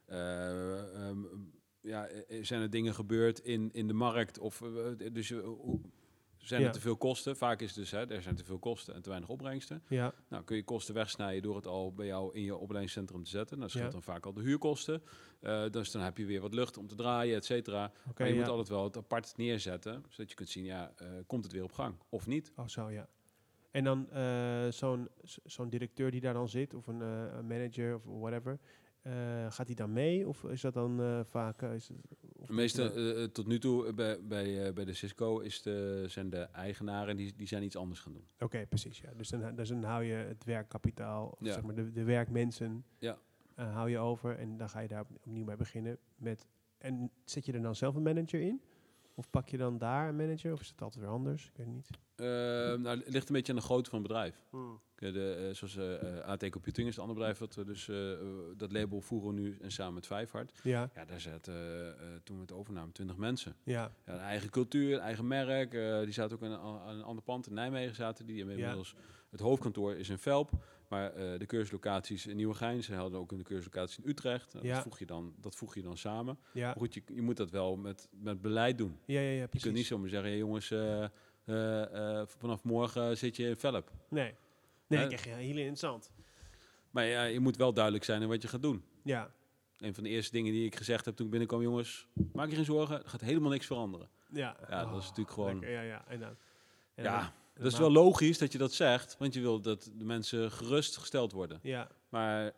Zijn er dingen gebeurd in de markt? Of zijn er te veel kosten? Vaak is het dus, er zijn te veel kosten en te weinig opbrengsten. ja. Nou, kun je kosten wegsnijden door het al bij jou in je opleidingscentrum te zetten. Dat scheelt Ja. dan vaak al de huurkosten. Dus dan heb je weer wat lucht om te draaien, et cetera. Oké, Maar je ja. moet altijd wel het apart neerzetten, zodat je kunt zien, komt het weer op gang of niet? Oh, zo, ja. En dan zo'n directeur die daar dan zit, of een manager of whatever, gaat hij dan mee? Of is dat dan vaak... De meeste, tot nu toe bij de Cisco zijn de eigenaren, die zijn iets anders gaan doen. Oké, precies, ja. Dus dan hou je het werkkapitaal, of Ja. zeg maar de werkmensen, Ja. hou je over. En dan ga je daar opnieuw mee beginnen. En zet je er dan zelf een manager in? Of pak je dan daar een manager? Of is het altijd weer anders? Ik weet het niet. Nou, het ligt een beetje aan de grootte van het bedrijf. Zoals AT Computing is het andere bedrijf, dat label voeren we nu en samen met Vijfhart. Ja, Ja, daar zaten toen we het overnamen 20 mensen. ja, Ja, een eigen cultuur, een eigen merk. Die zaten ook aan een ander pand in Nijmegen. Die hebben inmiddels... Het hoofdkantoor is in Velp, maar de cursuslocaties in Nieuwegein. Ze hadden ook een cursuslocatie in Utrecht. Nou, Ja. dat voeg je dan samen. ja. Maar goed, je moet dat wel met beleid doen. Ja, Je precies. kunt niet zomaar zeggen, jongens, vanaf morgen zit je in Velp. Nee, Hè? ik krijg je heel interessant. Maar ja, je moet wel duidelijk zijn in wat je gaat doen. Ja, Een van de eerste dingen die ik gezegd heb toen ik binnenkwam, jongens, maak je geen zorgen, er gaat helemaal niks veranderen. ja. Ja, dat is natuurlijk gewoon... Lekker, ja. En dan, Dat is wel logisch dat je dat zegt, want je wil dat de mensen gerustgesteld worden. Ja, Maar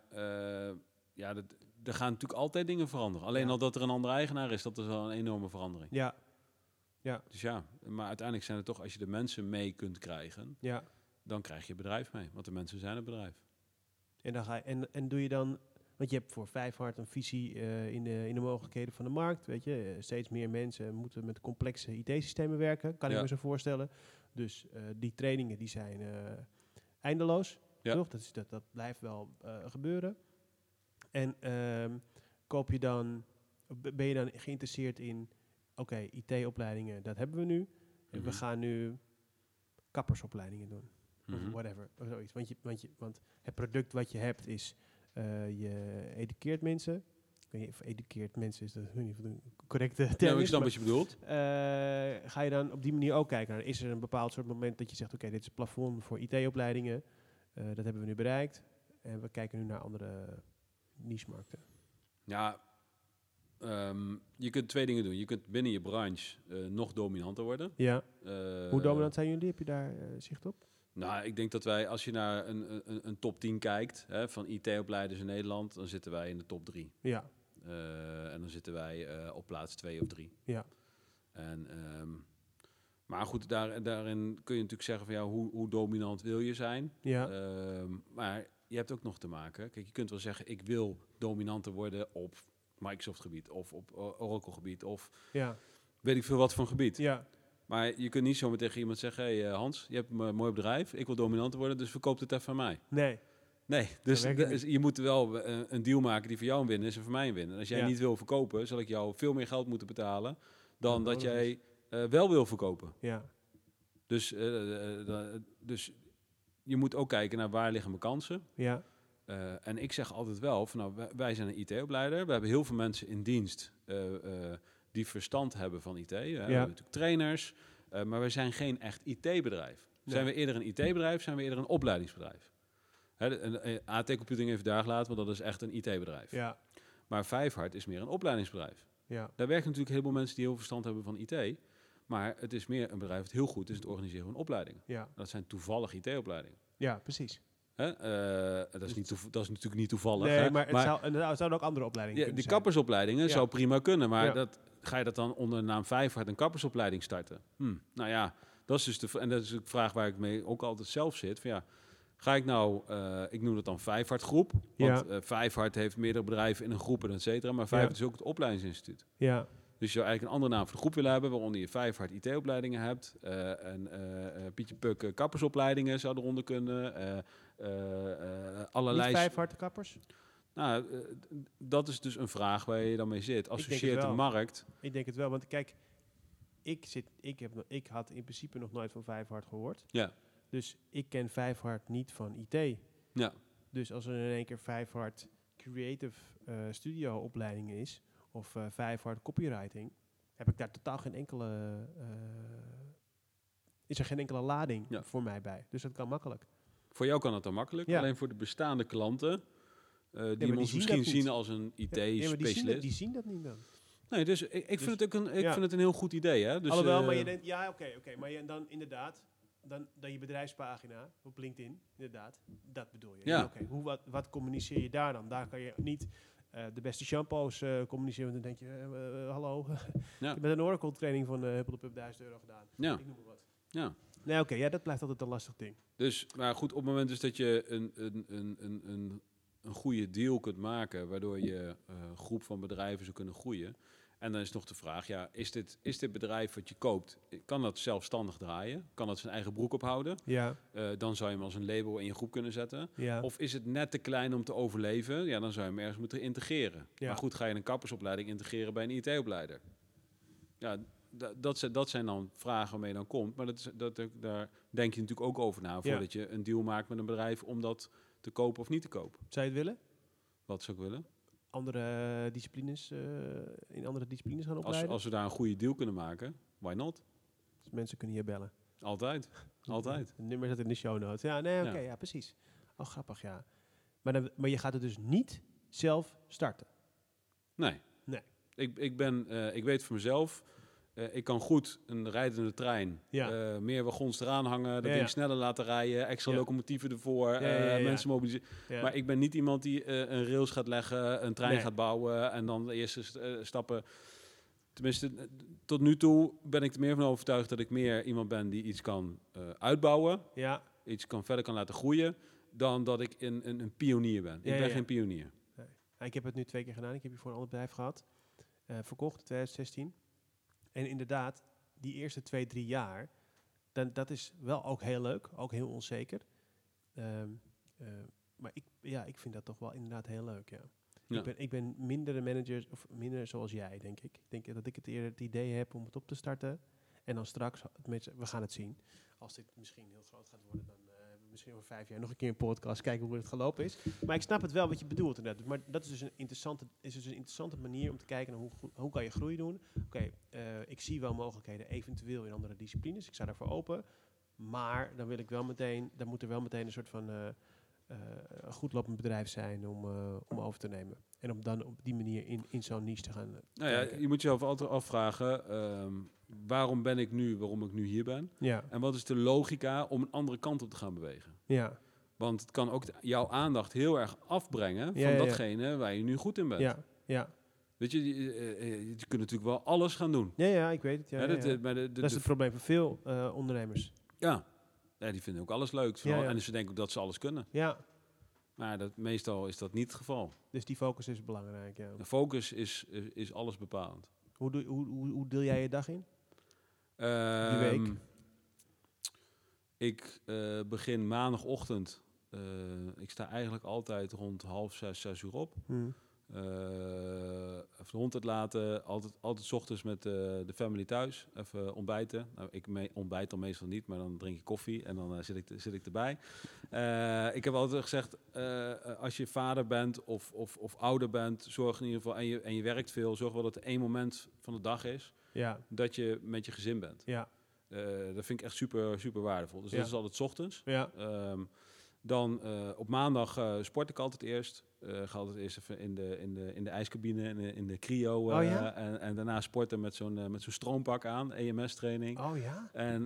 er gaan natuurlijk altijd dingen veranderen. Alleen Ja. al dat er een andere eigenaar is, dat is wel een enorme verandering. ja, Dus ja, maar uiteindelijk zijn het toch, als je de mensen mee kunt krijgen, ja. dan krijg je bedrijf mee. Want de mensen zijn het bedrijf. En dan en doe je dan, want je hebt voor Vijfhart een visie in de mogelijkheden van de markt, weet je. Steeds meer mensen moeten met complexe IT-systemen werken, kan ik Ja. me zo voorstellen. Dus die trainingen die zijn eindeloos, Ja. toch? Dat blijft wel gebeuren. En ben je dan geïnteresseerd in, oké, IT-opleidingen, dat hebben we nu. En we Mhm. gaan nu kappersopleidingen doen. Mhm. Of whatever, of zoiets. Want het product wat je hebt is, je edukeert mensen. Ik weet niet of edukeert mensen is dat ik weet niet of het een correcte term Ja, maar ik is, snap wat je bedoelt. ga je dan op die manier ook kijken naar, is er een bepaald soort moment dat je zegt, oké, dit is het plafond voor IT-opleidingen. Dat hebben we nu bereikt. En we kijken nu naar andere niche-markten. Ja, je kunt twee dingen doen. Je kunt binnen je branche nog dominanter worden. Ja. Hoe Eh, dominant zijn jullie? Heb je daar zicht op? Nou, ik denk dat wij, als je naar een top 10 kijkt van IT-opleiders in Nederland, dan zitten wij in de top 3. Ja. En dan zitten wij op plaats 2 of 3. Ja. En, maar goed, daarin kun je natuurlijk zeggen van ja, hoe dominant wil je zijn? Ja. Maar je hebt ook nog te maken. Kijk, je kunt wel zeggen, ik wil dominanter worden op Microsoft gebied of op Oracle gebied of Ja. weet ik veel wat voor gebied. Ja. Maar je kunt niet zomaar tegen iemand zeggen, hey, Hans, je hebt een mooi bedrijf, ik wil dominanter worden, dus verkoop het even aan mij. Nee. Nee, dus werkt het niet. je moet wel een deal maken die voor jou een win is en voor mij een win. En als jij Ja. niet wil verkopen, zal ik jou veel meer geld moeten betalen dan Dat dat nodig jij wel wil verkopen. Ja. Dus je moet ook kijken naar waar liggen mijn kansen. Ja. En ik zeg altijd wel, van, nou, wij zijn een IT-opleider. We hebben heel veel mensen in dienst die verstand hebben van IT. We hebben natuurlijk trainers, maar we zijn geen echt IT-bedrijf. Nee. Zijn we eerder een IT-bedrijf, zijn we eerder een opleidingsbedrijf. AT Computing even daar gelaten, want dat is echt een IT-bedrijf. Ja. Maar Vijfhart is meer een opleidingsbedrijf. Ja. Daar werken natuurlijk heel veel mensen die heel veel verstand hebben van IT. Maar het is meer een bedrijf dat heel goed is in het organiseren van opleidingen. Ja, Dat zijn toevallig IT-opleidingen. ja, precies. Hè? Dat is natuurlijk niet toevallig. Nee, hè? maar het zouden ook andere opleidingen Ja, kunnen die zijn. kappersopleidingen zou prima kunnen, maar Ja. ga je dat dan onder de naam Vijfhart een kappersopleiding starten? Nou ja, dat is dus en dat is de vraag waar ik mee ook altijd zelf zit. Van ja, ga ik nou, ik noem het dan Vijfhart groep, want Vijfhart heeft meerdere bedrijven in een groep en et cetera, maar Vijfhart is ook het opleidingsinstituut. Ja, Dus je zou eigenlijk een andere naam voor de groep willen hebben, waaronder je Vijfhart IT-opleidingen hebt. En Pietje Puk kappersopleidingen zou eronder kunnen. Allerlei... niet 5 harte kappers? Nou, dat is dus een vraag waar je dan mee zit. Associeert de wel. markt. Ik denk het wel, want kijk, ik had in principe nog nooit van 5 hart gehoord. Ja. Dus ik ken 5 hart niet van IT. Ja. Dus als er in één keer 5 hart creative studio opleiding is, of 5 hart copywriting, heb ik daar totaal geen enkele... is er geen enkele lading voor mij bij. Dus dat kan makkelijk. Voor jou kan het dan makkelijk. Ja. Alleen voor de bestaande klanten, die die ons zien misschien dat zien niet. als een IT-specialist. Die zien dat niet dan. Nee, dus ik vind het ook vind het een heel goed idee. Hè? Dus, Alhoewel, maar je denkt, ja, oké. Maar dan inderdaad, dan je bedrijfspagina op LinkedIn, inderdaad, dat bedoel je. Ja. Oké, wat communiceer je daar dan? Daar kan je niet de beste shampoos communiceren. Want dan denk je, hallo, Ja. ik heb met een Oracle training van Huppel de Pub €1000 gedaan. Ja. Ik noem maar wat. Ja. Nee, oké, dat blijft altijd een lastig ding. Dus, maar goed, op het moment dus dat je een goede deal kunt maken, waardoor je groep van bedrijven zou kunnen groeien. En dan is nog de vraag, ja, is dit bedrijf wat je koopt, kan dat zelfstandig draaien? Kan dat zijn eigen broek ophouden? Ja, Dan zou je hem als een label in je groep kunnen zetten. ja. Of is het net te klein om te overleven? Ja, dan zou je hem ergens moeten integreren. Ja. Maar goed, ga je een kappersopleiding integreren bij een IT-opleider? Ja, dat zijn dan vragen waarmee je dan komt. Maar daar denk je natuurlijk ook over na, voordat je een deal maakt met een bedrijf om dat te kopen of niet te kopen. Zou je het willen? Wat zou ik willen? Andere disciplines, in andere disciplines gaan opleiden? Als we daar een goede deal kunnen maken, why not? Dus mensen kunnen hier bellen. Altijd. Altijd. Het nummer zit in de show notes. Ja, nee, oké, ja, precies. Oh, grappig, ja. Maar je gaat het dus niet zelf starten? Nee. Nee. Ik weet voor mezelf, ik kan goed een rijdende trein, meer wagons eraan hangen, dat ding sneller laten rijden, extra locomotieven ervoor, mensen mobiliseren. Ja. Maar ik ben niet iemand die een rails gaat leggen, een trein gaat bouwen en dan de eerste stappen. Tenminste, tot nu toe ben ik er meer van overtuigd dat ik meer iemand ben die iets kan uitbouwen, iets verder kan laten groeien, dan dat ik een pionier ben. Ik ben geen pionier. Nee. Ik heb het nu 2 keer gedaan. Ik heb je voor een ander bedrijf gehad. Verkocht in 2016. En inderdaad, die eerste 2-3 jaar, dat is wel ook heel leuk, ook heel onzeker. Maar ik vind dat toch wel inderdaad heel leuk, ja. Ik ben minder de manager, of minder zoals jij, denk ik. Ik denk dat ik het idee heb om het op te starten. En dan straks, we gaan het zien. Als dit misschien heel groot gaat worden, dan hebben we misschien over 5 jaar nog een keer een podcast, kijken hoe het gelopen is. Maar ik snap het wel wat je bedoelt inderdaad. Maar dat is dus een interessante manier om te kijken naar hoe kan je groei doen. Oké, ik zie wel mogelijkheden eventueel in andere disciplines. Ik sta daarvoor open. Maar dan moet er wel meteen een soort van een goed lopend bedrijf zijn om over te nemen. En om dan op die manier in zo'n niche te gaan kijken. Je moet jezelf altijd afvragen, waarom ik nu hier ben? Ja. En wat is de logica om een andere kant op te gaan bewegen? Ja. Want het kan ook jouw aandacht heel erg afbrengen van datgene waar je nu goed in bent. Ja, ja. Weet je kunt natuurlijk wel alles gaan doen. Ja, ik weet het. Dat is het probleem voor veel ondernemers. Ja, die vinden ook alles leuk. En ze denken ook dat ze alles kunnen. Ja. Maar meestal is dat niet het geval. Dus die focus is belangrijk, ja. De focus is alles bepalend. Hoe deel jij je dag in? Die week? Ik begin maandagochtend. Ik sta eigenlijk altijd rond 5:30, 6 uur op. Even de hond uitlaten. Altijd 's ochtends met de family thuis. Even ontbijten. Nou, ik ontbijt dan meestal niet, maar dan drink ik koffie en dan zit ik erbij. Ik heb altijd gezegd, als je vader bent of ouder bent, zorg in ieder geval, en je werkt veel, zorg wel dat er 1 moment van de dag is dat je met je gezin bent. Ja. Dat vind ik echt super, super waardevol. Dus dat is altijd 's ochtends. Ja. Dan op maandag sport ik altijd eerst. Ga altijd eerst even in de ijscabine, in de cryo. En daarna sporten met zo'n stroompak aan, EMS-training. Oh ja? En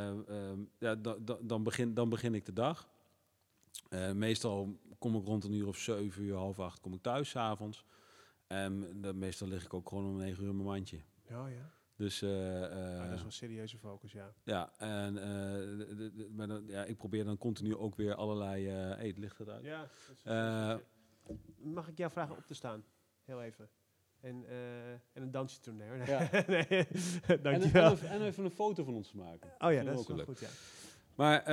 dan begin ik de dag. Meestal kom ik rond 7:00, 7:30 kom ik thuis 's avonds. En meestal lig ik ook gewoon om 9:00 in mijn mandje. Oh ja. Dus, dat is wel een serieuze focus, ja. Ja, en ik probeer dan continu ook weer allerlei... het licht gaat uit. Ja. Mag ik jou vragen op te staan? Heel even. En een dansje te doen. Nee, Ja. nee. Dankjewel. En even een foto van ons te maken. Oh ja, dat is wel goed, ja. Maar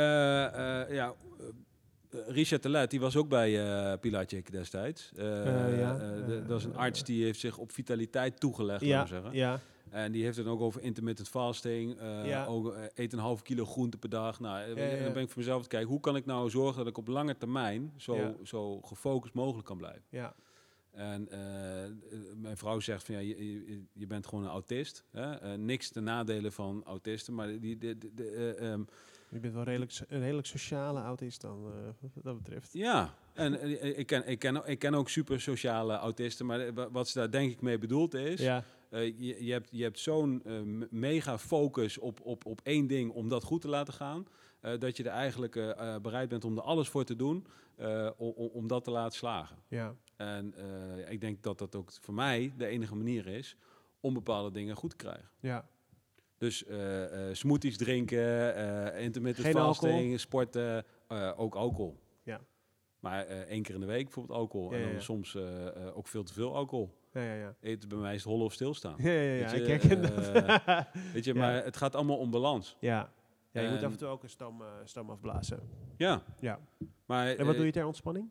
Richard de Let, die was ook bij Pilacic destijds. Dat is een arts die heeft zich op vitaliteit toegelegd, laten we zeggen. Ja. En die heeft het ook over intermittent fasting. Ook eet 1,5 kilo groente per dag. Nou, dan ben ik voor mezelf te kijken. Hoe kan ik nou zorgen dat ik op lange termijn zo gefocust mogelijk kan blijven? Ja. En mijn vrouw zegt van je bent gewoon een autist. Hè? Niks ten nadele van autisten, maar je bent wel een redelijk sociale autist dan, wat dat betreft. Ja, en ik ken ook super sociale autisten, maar wat ze daar denk ik mee bedoeld is... Ja. Je hebt zo'n mega focus op één ding om dat goed te laten gaan... dat je er eigenlijk bereid bent om er alles voor te doen om dat te laten slagen. Ja. En ik denk dat dat ook voor mij de enige manier is om bepaalde dingen goed te krijgen. Ja. Dus smoothies drinken, intermittent fasting, alcohol. Sporten, ook alcohol. Ja. Maar 1 keer in de week bijvoorbeeld alcohol. En dan soms ook veel te veel alcohol. Ja. Eten bij mij is het hollen of stilstaan. Ja, ik herken dat. Weet je, maar het gaat allemaal om balans. Ja, je moet af en toe ook een stam afblazen. Ja. Maar, en wat doe je ter ontspanning?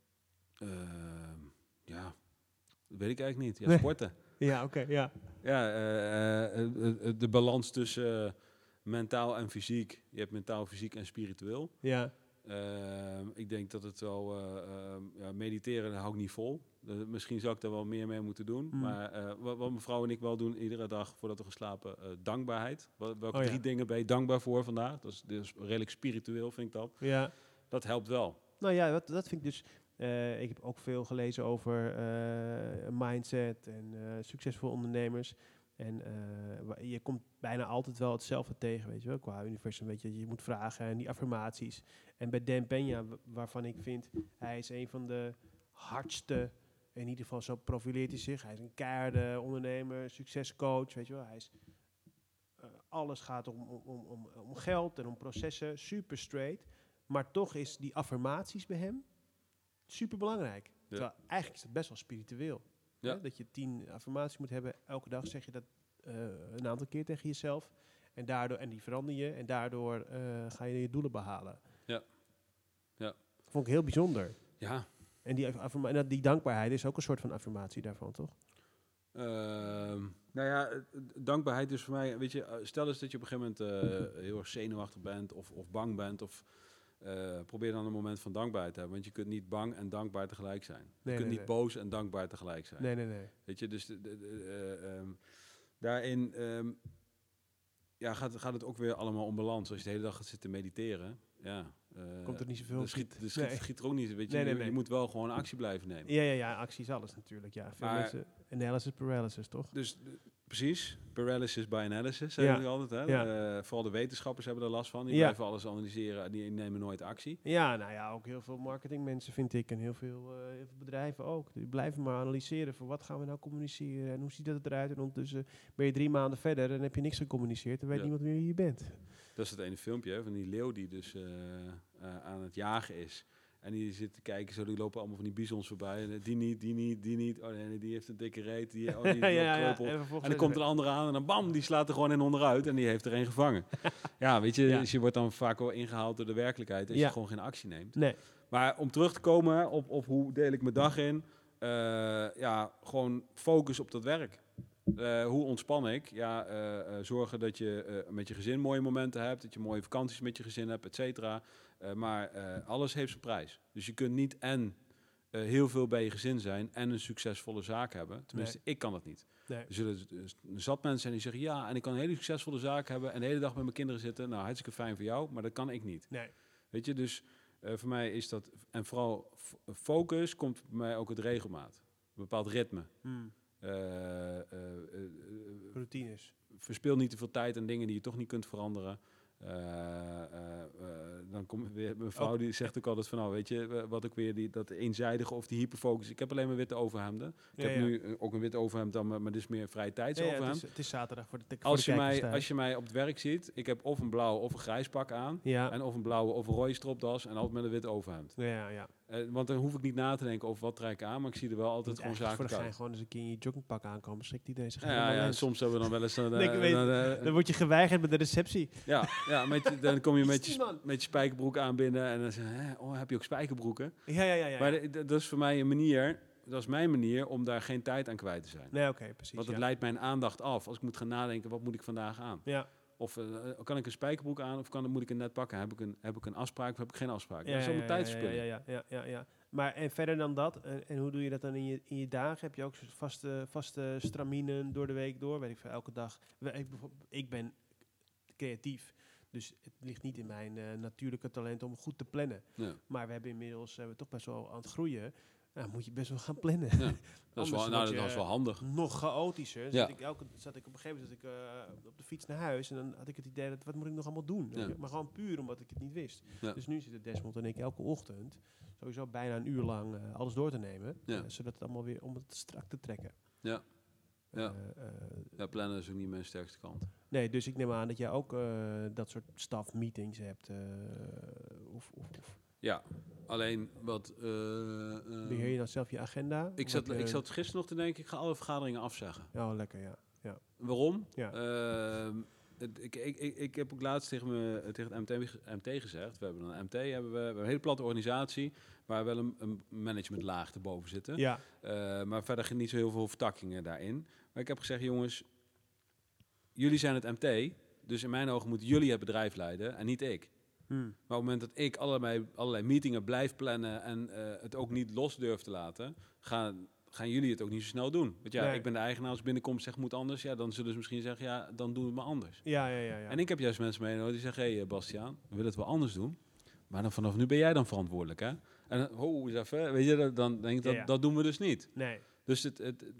Dat weet ik eigenlijk niet. Ja, sporten. Ja, oké, ja. Ja, de balans tussen mentaal en fysiek. Je hebt mentaal, fysiek en spiritueel. Ja. Ik denk dat het wel... mediteren hou ik niet vol. Misschien zou ik daar wel meer mee moeten doen. Maar wat mijn vrouw en ik wel doen iedere dag voordat we gaan slapen... dankbaarheid. Welke 3 dingen ben je dankbaar voor vandaag? Dat is redelijk spiritueel, vind ik dat. Ja. Dat helpt wel. Nou ja, dat vind ik dus... ik heb ook veel gelezen over mindset en succesvolle ondernemers. En je komt bijna altijd wel hetzelfde tegen, weet je wel. Qua universum, weet je moet vragen en die affirmaties. En bij Dan Peña, waarvan ik vind, hij is een van de hardste, in ieder geval zo profileert hij zich. Hij is een keiharde ondernemer, succescoach, weet je wel. Hij is, alles gaat om geld en om processen, super straight. Maar toch is die affirmaties bij hem super belangrijk. Ja. Terwijl eigenlijk is het best wel spiritueel. Ja. Hè? Dat je 10 affirmaties moet hebben. Elke dag zeg je dat een aantal keer tegen jezelf. En die verander je. En daardoor ga je je doelen behalen. Ja. Vond ik heel bijzonder. Ja. En die dankbaarheid is ook een soort van affirmatie daarvan, toch? Dankbaarheid is voor mij... Weet je, stel eens dat je op een gegeven moment heel erg zenuwachtig bent of bang bent of... probeer dan een moment van dankbaarheid te hebben. Want je kunt niet bang en dankbaar tegelijk zijn. Je kunt niet boos en dankbaar tegelijk zijn. Nee. Weet je, dus daarin gaat het ook weer allemaal om balans. Als je de hele dag gaat zitten mediteren, komt er niet zoveel schiet er ook niet. Weet je, je moet wel gewoon actie blijven nemen. Ja, actie is alles natuurlijk. Ja. Veel mensen, analysis paralysis, toch? Dus precies, paralysis by analysis, zeggen we altijd. Hè? Ja. Vooral de wetenschappers hebben er last van. Die blijven alles analyseren en die nemen nooit actie. Ja, nou ja, ook heel veel marketingmensen vind ik en heel veel bedrijven ook. Die blijven maar analyseren voor wat gaan we nou communiceren en hoe ziet dat eruit. En ondertussen ben je 3 maanden verder en heb je niks gecommuniceerd en weet niemand meer wie je bent. Dat is het ene filmpje van die leeuw die dus aan het jagen is. En die zitten kijken, zo, die lopen allemaal van die bizons voorbij. En die niet. Oh nee, die heeft een dikke reet. Die en dan komt een andere aan en dan bam, die slaat er gewoon in onderuit. En die heeft er een gevangen. Ja, weet je, dus je wordt dan vaak wel ingehaald door de werkelijkheid. Als je gewoon geen actie neemt. Nee. Maar om terug te komen op hoe deel ik mijn dag in. Gewoon focus op dat werk. Hoe ontspan ik? Zorgen dat je met je gezin mooie momenten hebt. Dat je mooie vakanties met je gezin hebt, et cetera. Maar alles heeft zijn prijs. Dus je kunt niet heel veel bij je gezin zijn en een succesvolle zaak hebben. Tenminste, ik kan dat niet. Nee. Er zullen zat mensen zijn die zeggen... ja, en ik kan een hele succesvolle zaak hebben... en de hele dag met mijn kinderen zitten. Nou, hartstikke fijn voor jou, maar dat kan ik niet. Nee. Weet je, dus Voor mij is dat, en vooral focus, komt bij mij ook het regelmaat. Een bepaald ritme. Routines. Verspil niet te veel tijd aan dingen die je toch niet kunt veranderen. Dan komt weer mijn vrouw, die zegt ook altijd van, nou weet je, wat ook weer dat eenzijdige of die hyperfocus. Ik heb alleen maar witte overhemden. Ik heb nu ook een wit overhemd dan, maar dit is meer vrije tijdsoverhemd. Het is zaterdag voor de Als je mij op het werk ziet, ik heb of een blauw of een grijs pak aan. Ja. En of een blauwe of een rode stropdas en altijd met een wit overhemd. Ja. Want dan hoef ik niet na te denken over wat trek ik aan, maar ik zie er wel altijd gewoon zaken voor de gein uit. gewoon eens een keer in je joggingpak aankomen, schrikt iedereen zich Soms hebben we dan wel eens... dan word je geweigerd met de receptie. Dan kom je met je spijkerbroek aan binnen en dan zeg je, heb je ook spijkerbroeken? Ja. Maar dat is voor mij een manier, dat is mijn manier om daar geen tijd aan kwijt te zijn. Nee, oké, precies. Want het leidt mijn aandacht af. Als ik moet gaan nadenken, wat moet ik vandaag aan? Ja. Of kan ik een spijkerbroek aan of moet ik een net pakken? Heb ik een afspraak of heb ik geen afspraak? Ja, dat is allemaal tijdspullen. Ja. Maar en verder dan dat, en hoe doe je dat dan in je dagen? Heb je ook vaste straminen door de week door? Weet ik veel, elke dag. Ik ben creatief, dus het ligt niet in mijn natuurlijke talent om goed te plannen. Ja. Maar we hebben inmiddels toch best wel aan het groeien. Nou, moet je best wel gaan plannen. Ja. Dat is wel handig. Nog chaotischer. Ja. Zat ik op een gegeven moment op de fiets naar huis en dan had ik het idee wat moet ik nog allemaal doen? Ja. Maar gewoon puur omdat ik het niet wist. Ja. Dus nu zitten Desmond en ik elke ochtend sowieso bijna een uur lang alles door te nemen. Ja. Zodat het allemaal weer om het strak te trekken. Ja. Plannen is ook niet mijn sterkste kant. Nee, dus ik neem aan dat jij ook dat soort stafmeetings hebt. Of Ja, alleen wat... beheer je dan zelf je agenda? Ik zat gisteren nog te denken, ik ga alle vergaderingen afzeggen. Oh, lekker, ja. Waarom? Ja. Ik heb ook laatst tegen het MT gezegd. We hebben een MT, we hebben een hele platte organisatie waar wel een managementlaag erboven zitten. Ja. Maar verder niet zo heel veel vertakkingen daarin. Maar ik heb gezegd, jongens, jullie zijn het MT, dus in mijn ogen moeten jullie het bedrijf leiden en niet ik. Maar op het moment dat ik allerlei meetingen blijf plannen en het ook niet los durf te laten, gaan jullie het ook niet zo snel doen. Want ik ben de eigenaar, als ik binnenkom en zeg moet anders, dan zullen ze misschien zeggen, dan doen we het maar anders. Ja. En ik heb juist mensen meegenomen die zeggen, hey Bastiaan, we willen het wel anders doen, maar dan vanaf nu ben jij dan verantwoordelijk, hè? En eens even, weet je, dan denk ik, dat doen we dus niet. Nee. Dus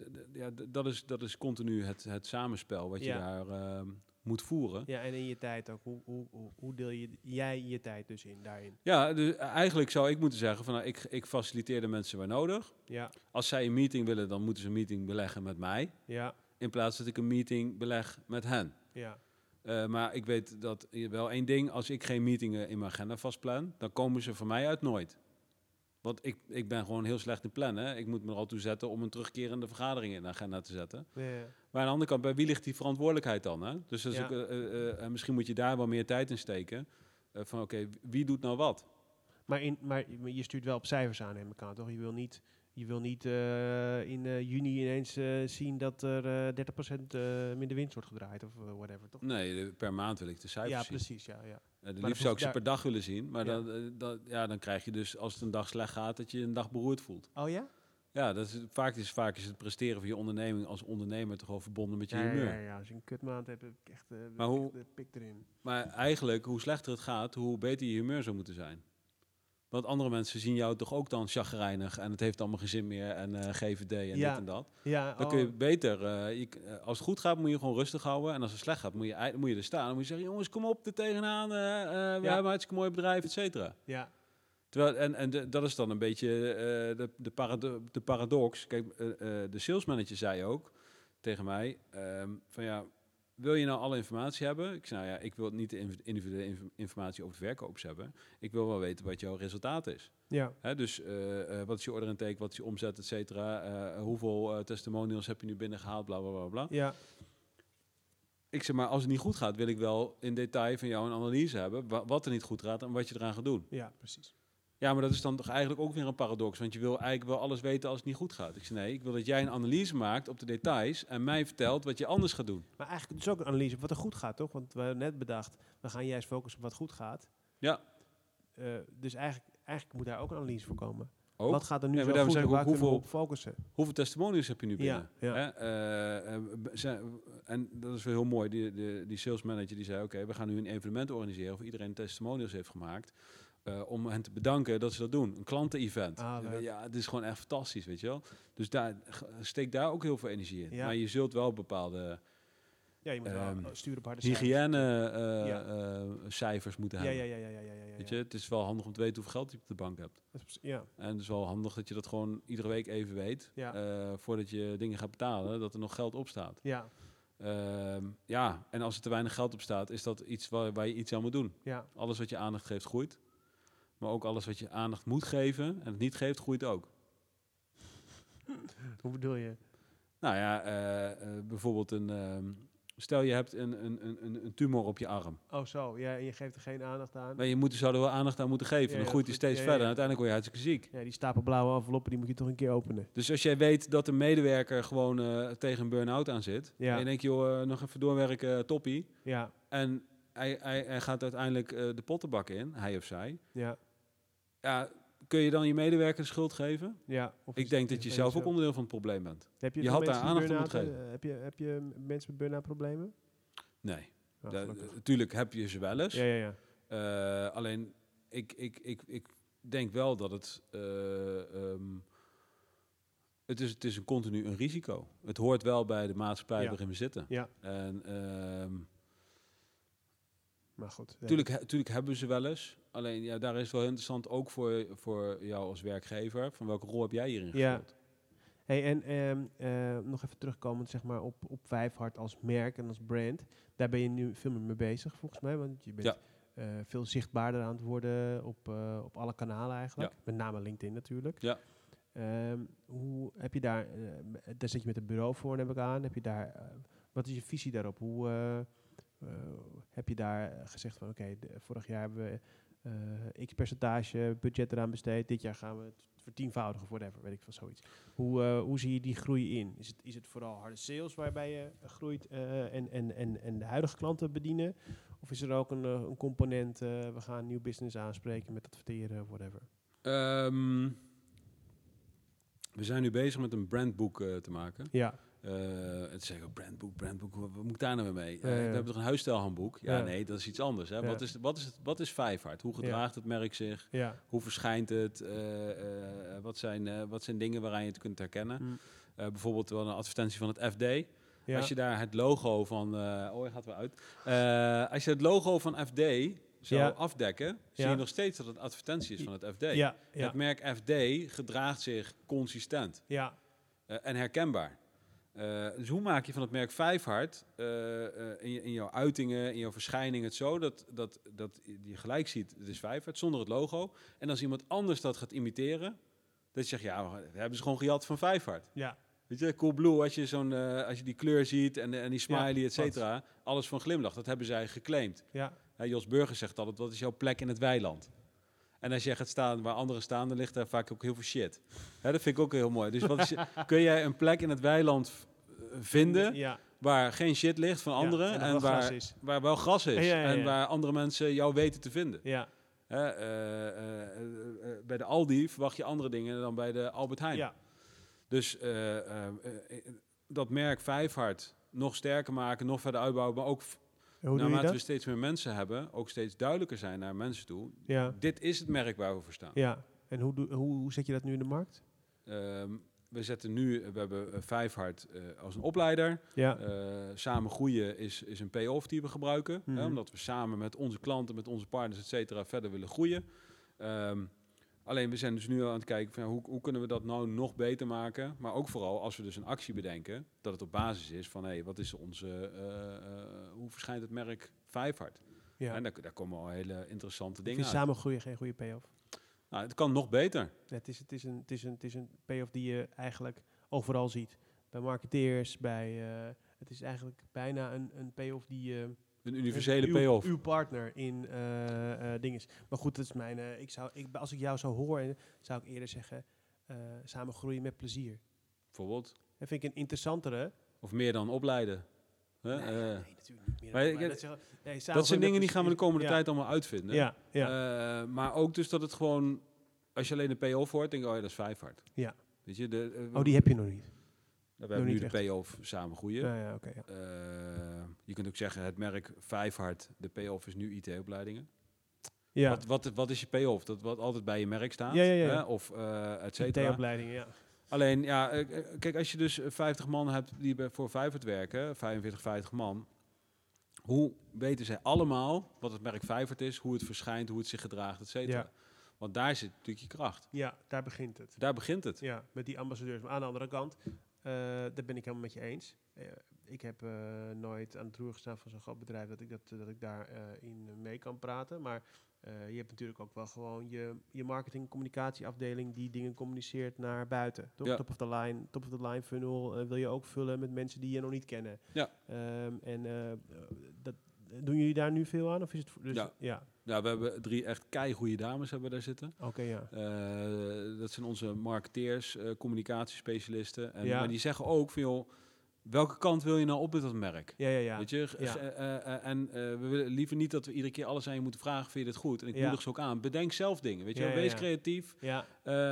dat is continu het samenspel wat je daar moet voeren. Ja, en in je tijd ook. Hoe deel jij je tijd dus daarin? Ja, dus eigenlijk zou ik moeten zeggen van ik faciliteer de mensen waar nodig. Ja. Als zij een meeting willen, dan moeten ze een meeting beleggen met mij. Ja. In plaats dat ik een meeting beleg met hen. Ja. Maar ik weet dat wel één ding, als ik geen meetingen in mijn agenda vastplan, dan komen ze van mij uit nooit. Want ik ben gewoon heel slecht in plannen. Ik moet me er al toe zetten om een terugkerende vergadering in de agenda te zetten. Ja. Maar aan de andere kant, bij wie ligt die verantwoordelijkheid dan? Hè? Dus dat is misschien moet je daar wel meer tijd in steken. Van oké, wie doet nou wat? Maar je stuurt wel op cijfers aan, neem ik aan, toch? Je wil niet in juni ineens zien dat er 30% minder winst wordt gedraaid of whatever, toch? Nee, per maand wil ik de cijfers zien. Ja, precies, ja. Liefst zou ik ze per dag willen zien. Maar dan krijg je dus, als het een dag slecht gaat, dat je een dag beroerd voelt. Oh ja? Ja, vaak is het presteren van je onderneming als ondernemer toch wel verbonden met je humeur. Ja, als je een kutmaand hebt, heb ik echt de pik erin. Maar eigenlijk, hoe slechter het gaat, hoe beter je humeur zou moeten zijn. Want andere mensen zien jou toch ook dan chagrijnig en het heeft allemaal geen zin meer en GVD en dit en dat. Ja, dan kun je beter, als het goed gaat moet je gewoon rustig houden en als het slecht gaat moet je er staan. Dan moet je zeggen, jongens kom op er tegenaan, we hebben een hartstikke mooi bedrijf, et cetera. Ja. Terwijl, dat is dan een beetje de paradox. Kijk, de salesmanager zei ook tegen mij wil je nou alle informatie hebben? Ik zei, ik wil niet de individuele informatie over het verkoops hebben. Ik wil wel weten wat jouw resultaat is. Ja. Dus wat is je order intake, wat is je omzet, et cetera. Hoeveel testimonials heb je nu binnengehaald, bla, bla, bla, bla. Ja. Ik zeg, maar als het niet goed gaat, wil ik wel in detail van jou een analyse hebben. Wat er niet goed gaat en wat je eraan gaat doen. Ja, precies. Ja, maar dat is dan toch eigenlijk ook weer een paradox. Want je wil eigenlijk wel alles weten als het niet goed gaat. Ik zei, nee, ik wil dat jij een analyse maakt op de details en mij vertelt wat je anders gaat doen. Maar eigenlijk is ook een analyse op wat er goed gaat, toch? Want we hebben net bedacht, we gaan juist focussen op wat goed gaat. Ja. Dus eigenlijk moet daar ook een analyse voor komen. Ook? Wat gaat er nu zo goed en waar kunnen we op focussen? Hoeveel testimonials heb je nu binnen? Ja. En dat is wel heel mooi. Die sales manager die zei, oké, we gaan nu een evenement organiseren of iedereen testimonials heeft gemaakt. om hen te bedanken dat ze dat doen. Een klanten-event. Leuk. Ja, het is gewoon echt fantastisch, weet je wel. Dus steek daar ook heel veel energie in. Ja. Maar je zult wel bepaalde Ja, je moet wel sturen op harde cijfers. hygiëne-cijfers moeten Ja. hebben. Weet je, het is wel handig om te weten hoeveel geld je op de bank hebt. Ja. En het is wel handig dat je dat gewoon iedere week even weet. Ja. Voordat je dingen gaat betalen, dat er nog geld op staat. Ja. En als er te weinig geld op staat, is dat iets waar je iets aan moet doen. Ja. Alles wat je aandacht geeft, groeit. Maar ook alles wat je aandacht moet geven en het niet geeft, groeit ook. Hoe bedoel je? Nou ja, bijvoorbeeld stel je hebt een tumor op je arm. Oh zo, ja, en je geeft er geen aandacht aan. Maar zou er wel aandacht aan moeten geven. Dan groeit hij steeds verder en uiteindelijk word je hartstikke ziek. Ja, die stapel blauwe enveloppen, die moet je toch een keer openen. Dus als jij weet dat een medewerker gewoon tegen een burn-out aan zit. Ja. En je denkt, joh, nog even doorwerken, toppie. Ja. En hij gaat uiteindelijk de pottenbak in, hij of zij. Ja. Ja, kun je dan je medewerker de schuld geven? Ja. Ik denk dat je zelf ook onderdeel van het probleem bent. Je had daar aandacht aan moeten geven. Heb je mensen met burn-out problemen? Nee. Oh, Natuurlijk heb je ze wel eens. Ja. Alleen, ik denk wel dat het is een continu een risico. Het hoort wel bij de maatschappij waarin we zitten. Ja. En, maar goed. Tuurlijk hebben ze wel eens. Alleen, ja, daar is het wel interessant ook voor jou als werkgever. Van welke rol heb jij hierin gespeeld? Ja. Hey, en nog even terugkomend zeg maar, op Vijfhart als merk en als brand. Daar ben je nu veel meer mee bezig, volgens mij. Want je bent veel zichtbaarder aan het worden op alle kanalen eigenlijk. Ja. Met name LinkedIn natuurlijk. Ja. Hoe heb je daar... daar zit je met een bureau voor, neem ik aan. Heb je daar, wat is je visie daarop? Hoe heb je daar gezegd van... Oké, vorig jaar hebben we x percentage budget eraan besteed. Dit jaar gaan we het vertienvoudigen of whatever, weet ik van zoiets. Hoe zie je die groei in? Is het vooral harde sales waarbij je groeit en de huidige klanten bedienen? Of is er ook een component, we gaan nieuw business aanspreken met adverteren, whatever? We zijn nu bezig met een brandboek te maken. Ja. Het zeggen brandboek, wat moet ik daar nou mee? We hebben toch een huisstijlhandboek? Ja, nee, dat is iets anders. Hè? Ja. Wat is Vijfhart? Hoe gedraagt het merk zich? Ja. Hoe verschijnt het? Wat zijn dingen waaraan je het kunt herkennen? Bijvoorbeeld wel een advertentie van het FD. Ja. Als je daar het logo van... hij gaat weer uit. Als je het logo van FD zou afdekken, zie je nog steeds dat het advertentie is van het FD. Ja. Het merk FD gedraagt zich consistent en herkenbaar. Dus hoe maak je van het merk Vijfhart in jouw uitingen, in jouw verschijning het zo dat je gelijk ziet, het is Vijfhart zonder het logo. En als iemand anders dat gaat imiteren, dat je zegt, ja, we hebben ze gewoon gejat van Vijfhart. Ja. Weet je, Coolblue, als je die kleur ziet en die smiley, et cetera, alles van Glimlach, dat hebben zij geclaimd. Ja. Jos Burger zegt altijd, wat is jouw plek in het weiland? En als jij gaat staan waar anderen staan, dan ligt daar vaak ook heel veel shit. Dat vind ik ook heel mooi. Dus kun jij een plek in het weiland vinden waar geen shit ligt van anderen en waar wel gras is en waar andere mensen jou weten te vinden. Ja. Bij de Aldi verwacht je andere dingen dan bij de Albert Heijn. Ja. Dus dat merk Vijfhart nog sterker maken, nog verder uitbouwen, maar ook naarmate we steeds meer mensen hebben, ook steeds duidelijker zijn naar mensen toe. Ja. Dit is het merk waar we voor staan. Ja. En hoe zet je dat nu in de markt? We hebben Vijfhart als een opleider. Ja. Samen groeien is een payoff die we gebruiken. Omdat we samen met onze klanten, met onze partners, et cetera, verder willen groeien. Alleen we zijn dus nu aan het kijken van hoe kunnen we dat nou nog beter maken. Maar ook vooral als we dus een actie bedenken, dat het op basis is van wat is hoe verschijnt het merk Vijfhart? Ja. En daar komen al hele interessante dingen uit. Samen groeien geen goede payoff? Nou, het kan nog beter. Ja, het is een payoff die je eigenlijk overal ziet. Bij marketeers, het is eigenlijk bijna een payoff die je... Een universele payoff. Uw partner in dingen. Maar goed, dat is mijn... als ik jou zou horen, zou ik eerder zeggen... samen groeien met plezier. Bijvoorbeeld? Dat vind ik een interessantere. Of meer dan opleiden. Nee, natuurlijk niet meer. Dat zijn dingen die gaan we de komende tijd allemaal uitvinden. Ja. Maar ook dus dat het gewoon... Als je alleen de payoff hoort, denk je, dat is Vijfhart. Ja. Weet je, die heb je nog niet. We hebben nu de payoff samen groeien. Ja, okay, ja. Je kunt ook zeggen, het merk Vijfhart, de payoff is nu IT-opleidingen. Ja. Wat is je payoff? Dat wat altijd bij je merk staat. Ja. Hè? Of et cetera. IT-opleidingen, ja. Alleen, kijk, als je dus 50 man hebt die voor Fiverr werken, 45, 50 man. Hoe weten zij allemaal wat het merk Fiverr is, hoe het verschijnt, hoe het zich gedraagt, et cetera. Ja. Want daar zit natuurlijk je kracht. Ja, daar begint het. Daar begint het. Ja, met die ambassadeurs. Maar aan de andere kant, daar ben ik helemaal met je eens. Ik heb nooit aan het roer gestaan van zo'n groot bedrijf dat ik daarin mee kan praten. Maar je hebt natuurlijk ook wel gewoon je marketing- en communicatieafdeling die dingen communiceert naar buiten. Toch? Ja. Top of the line funnel wil je ook vullen met mensen die je nog niet kennen. Ja. Doen jullie daar nu veel aan? Of is het dus, Ja. Ja. Nou, we hebben 3 echt keigoede dames hebben daar zitten. Oké, ja. Dat zijn onze marketeers, communicatiespecialisten. Ja. Maar die zeggen ook van, joh, welke kant wil je nou op met dat merk? Ja. Weet je? We willen liever niet dat we iedere keer alles aan je moeten vragen, vind je dit goed? En ik moedig ze ook aan. Bedenk zelf dingen, weet je wel? Wees creatief. Ja.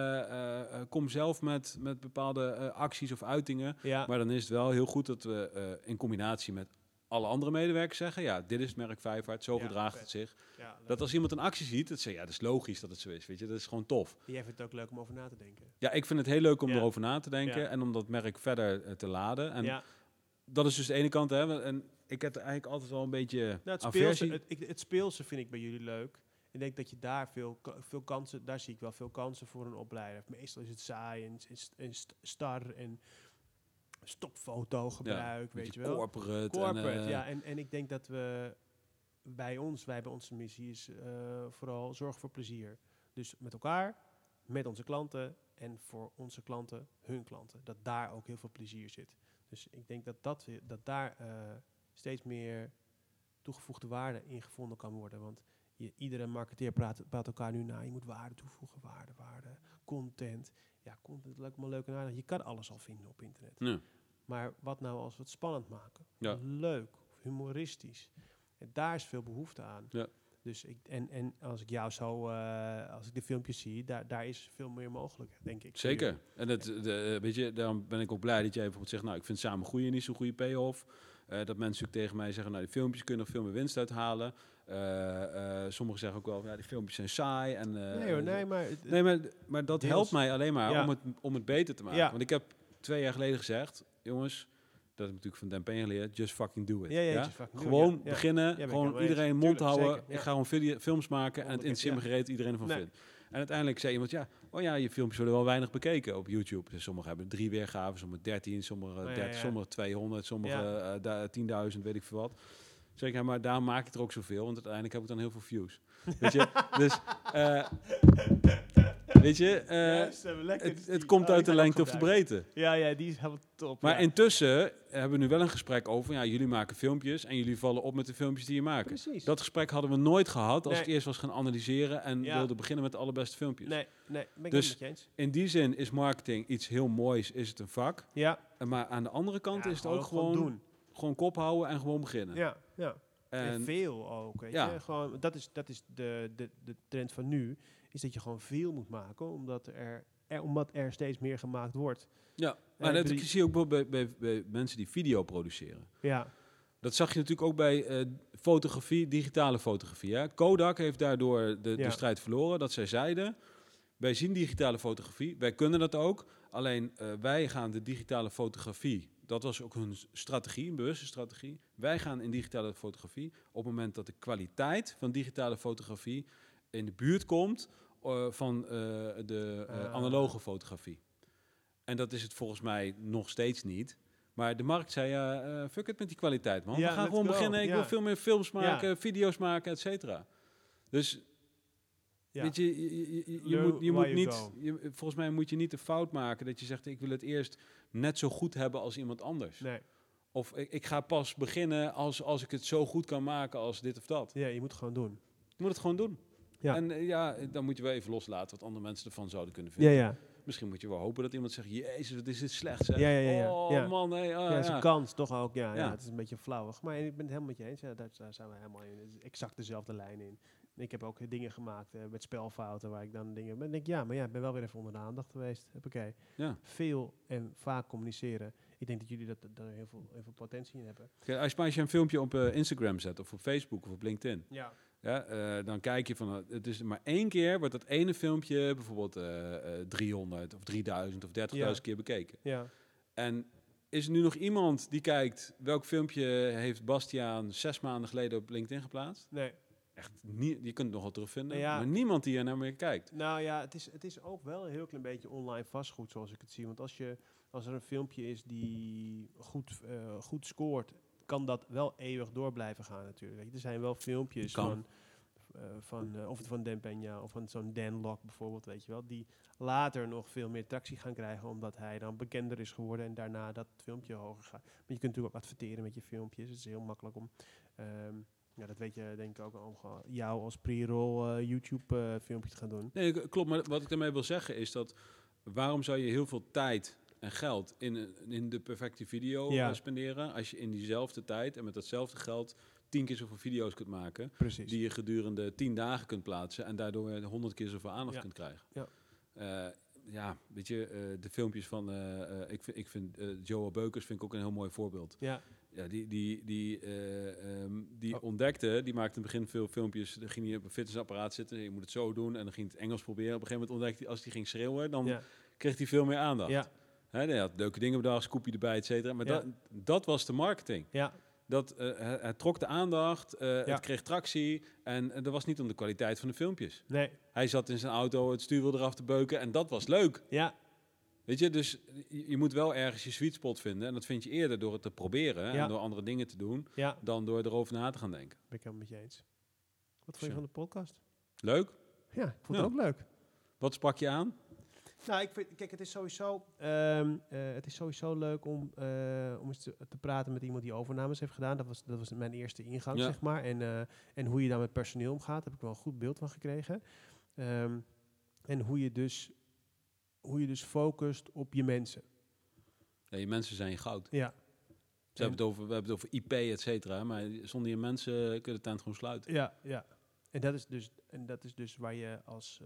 Kom zelf met bepaalde acties of uitingen. Ja. Maar dan is het wel heel goed dat we in combinatie met alle andere medewerkers zeggen, ja, dit is het merk Vijfhart, zo gedraagt het zich. Ja, dat als iemand een actie ziet, dat ze, ja, dat is logisch dat het zo is, weet je, dat is gewoon tof. Jij vindt het ook leuk om over na te denken. Ja, ik vind het heel leuk om erover na te denken Ja. en om dat merk verder te laden. En Ja. dat is dus de ene kant, hè. En ik heb er eigenlijk altijd wel een beetje Nou, aversie. het speelse vind ik bij jullie leuk. Ik denk dat je daar veel kansen, daar zie ik wel veel kansen voor een opleider. Meestal is het saai en star en stopfoto gebruik, weet je wel. Corporate. En ik denk dat wij hebben onze missie is vooral zorg voor plezier. Dus met elkaar, met onze klanten en voor onze klanten, hun klanten. Dat daar ook heel veel plezier zit. Dus ik denk dat daar steeds meer toegevoegde waarde in gevonden kan worden. Want iedere marketeer praat elkaar nu na. Je moet waarde toevoegen, waarde, content. Ja, content lijkt me leuk en aardig. Je kan alles al vinden op internet. Ja. Maar wat nou als we het spannend maken? Ja. Leuk, humoristisch. En daar is veel behoefte aan. Ja. Dus en als ik jou zo, als ik de filmpjes zie, daar is veel meer mogelijk, denk ik. Zeker. En weet je, daarom ben ik ook blij dat jij bijvoorbeeld zegt, nou, ik vind samen groeien niet zo'n goede payoff. Dat mensen ook tegen mij zeggen, nou, die filmpjes kunnen nog veel meer winst uithalen. Sommigen zeggen ook wel, ja, die filmpjes zijn saai. En, maar dat deels helpt mij alleen maar om het beter te maken. Ja. Want ik heb 2 jaar geleden gezegd, jongens, dat heb ik natuurlijk van Dan Payne geleerd, just fucking do it. Just fucking gewoon beginnen, gewoon iedereen mond houden. Zeker, Ik ga gewoon films maken en het interesseert me gereed iedereen ervan vindt. En uiteindelijk zei iemand, je filmpjes worden wel weinig bekeken op YouTube. Dus sommigen hebben 3 weergaven, sommigen 13, sommigen 30, sommigen 200, sommigen 10.000, weet ik veel wat. Zeg ik, maar daar maak ik er ook zoveel, want uiteindelijk heb ik dan heel veel views. Weet je, dus... weet je, het komt uit de lengte of de breedte. Ja, die is helemaal top. Maar intussen hebben we nu wel een gesprek over, jullie maken filmpjes en jullie vallen op met de filmpjes die je maakt. Precies. Dat gesprek hadden we nooit gehad als ik eerst was gaan analyseren en wilde beginnen met de allerbeste filmpjes. Nee, ben ik dus niet met je eens. In die zin is marketing iets heel moois, is het een vak. Ja. Maar aan de andere kant is het ook gewoon kop houden en gewoon beginnen. Ja. En veel ook, weet je. Gewoon, dat is de trend van nu, is dat je gewoon veel moet maken, omdat er steeds meer gemaakt wordt. Ja, maar ik zie ook bij mensen die video produceren. Ja. Dat zag je natuurlijk ook bij fotografie, digitale fotografie. Hè? Kodak heeft daardoor de strijd verloren. Dat zij zeiden, wij zien digitale fotografie, wij kunnen dat ook. Alleen wij gaan de digitale fotografie, dat was ook hun strategie, een bewuste strategie. Wij gaan in digitale fotografie op het moment dat de kwaliteit van digitale fotografie in de buurt komt van de analoge fotografie. En dat is het volgens mij nog steeds niet. Maar de markt zei, fuck it met die kwaliteit, man. We gaan gewoon beginnen. Ik wil veel meer films maken, video's maken, et cetera. Dus, weet je moet niet... volgens mij moet je niet de fout maken dat je zegt, ik wil het eerst net zo goed hebben als iemand anders. Nee. Of ik ga pas beginnen als ik het zo goed kan maken als dit of dat. Ja, je moet het gewoon doen. Je moet het gewoon doen. Ja. En dan moet je wel even loslaten wat andere mensen ervan zouden kunnen vinden. Ja. Misschien moet je wel hopen dat iemand zegt, jezus, wat is dit slecht, zeg. Man, nee. Dat is een kans, toch ook. Ja, het is een beetje flauwig. Maar ik ben het helemaal met je eens. Ja, daar zijn we helemaal in. Exact dezelfde lijn in. Ik heb ook dingen gemaakt met spelfouten, waar ik dan dingen... Ik denk, ik ben wel weer even onder de aandacht geweest. Oké. Ja. Veel en vaak communiceren. Ik denk dat jullie daar heel veel potentie in hebben. Ja, als je een filmpje op Instagram zet, of op Facebook, of op LinkedIn... Ja. Ja, dan kijk je van, het is maar 1 keer wordt dat ene filmpje bijvoorbeeld 300 of 3000 of 30.000 keer bekeken. Ja. En is er nu nog iemand die kijkt welk filmpje heeft Bastiaan 6 maanden geleden op LinkedIn geplaatst? Nee. Echt niet, je kunt het nog wel terugvinden, Ja. maar niemand die er naar meer kijkt. Nou ja, het is ook wel een heel klein beetje online vastgoed, zoals ik het zie. Want als er een filmpje is die goed scoort, kan dat wel eeuwig door blijven gaan natuurlijk. Weet je. Er zijn wel filmpjes of van Dan Peña of van zo'n Dan Lok bijvoorbeeld, weet je wel, die later nog veel meer tractie gaan krijgen, omdat hij dan bekender is geworden en daarna dat filmpje hoger gaat. Maar je kunt natuurlijk ook adverteren met je filmpjes. Het is heel makkelijk om... ja, dat weet je denk ik ook om jou als pre-roll YouTube filmpje te gaan doen. Nee, klopt. Maar wat ik daarmee wil zeggen is dat waarom zou je heel veel tijd en geld in de perfecte video spenderen als je in diezelfde tijd en met datzelfde geld 10 keer zoveel video's kunt maken. Precies. Die je gedurende 10 dagen kunt plaatsen en daardoor 100 keer zoveel aandacht kunt krijgen. Ja. Weet je, de filmpjes van... ik vind Joel Beukers vind ik ook een heel mooi voorbeeld. Ja. Ja, die ontdekte, die maakte in het begin veel filmpjes. Dan ging hij op een fitnessapparaat zitten. Je moet het zo doen. En dan ging hij het Engels proberen. Op een gegeven moment ontdekte hij, als hij ging schreeuwen, dan kreeg hij veel meer aandacht. Ja. Hij had leuke dingen bedacht, scoopje erbij, et cetera. Maar dat was de marketing. Ja. Het trok de aandacht, het kreeg tractie. En dat was niet om de kwaliteit van de filmpjes. Nee. Hij zat in zijn auto het stuurwiel eraf te beuken. En dat was leuk. Ja. Weet je, dus je moet wel ergens je sweet spot vinden. En dat vind je eerder door het te proberen en door andere dingen te doen, dan door erover na te gaan denken. Ben ik helemaal met je eens. Wat vond je van de podcast? Leuk? Ja, ik vond het ook leuk. Wat sprak je aan? Nou, kijk, het is sowieso leuk om eens te praten met iemand die overnames heeft gedaan. Dat was mijn eerste ingang, zeg maar. En hoe je daar met personeel omgaat, daar heb ik wel een goed beeld van gekregen. En hoe je dus focust op je mensen. Ja, je mensen zijn je goud. Ja. We hebben het over IP, et cetera. Maar zonder je mensen kun je de tent gewoon sluiten. Ja, ja. En dat is dus waar je als...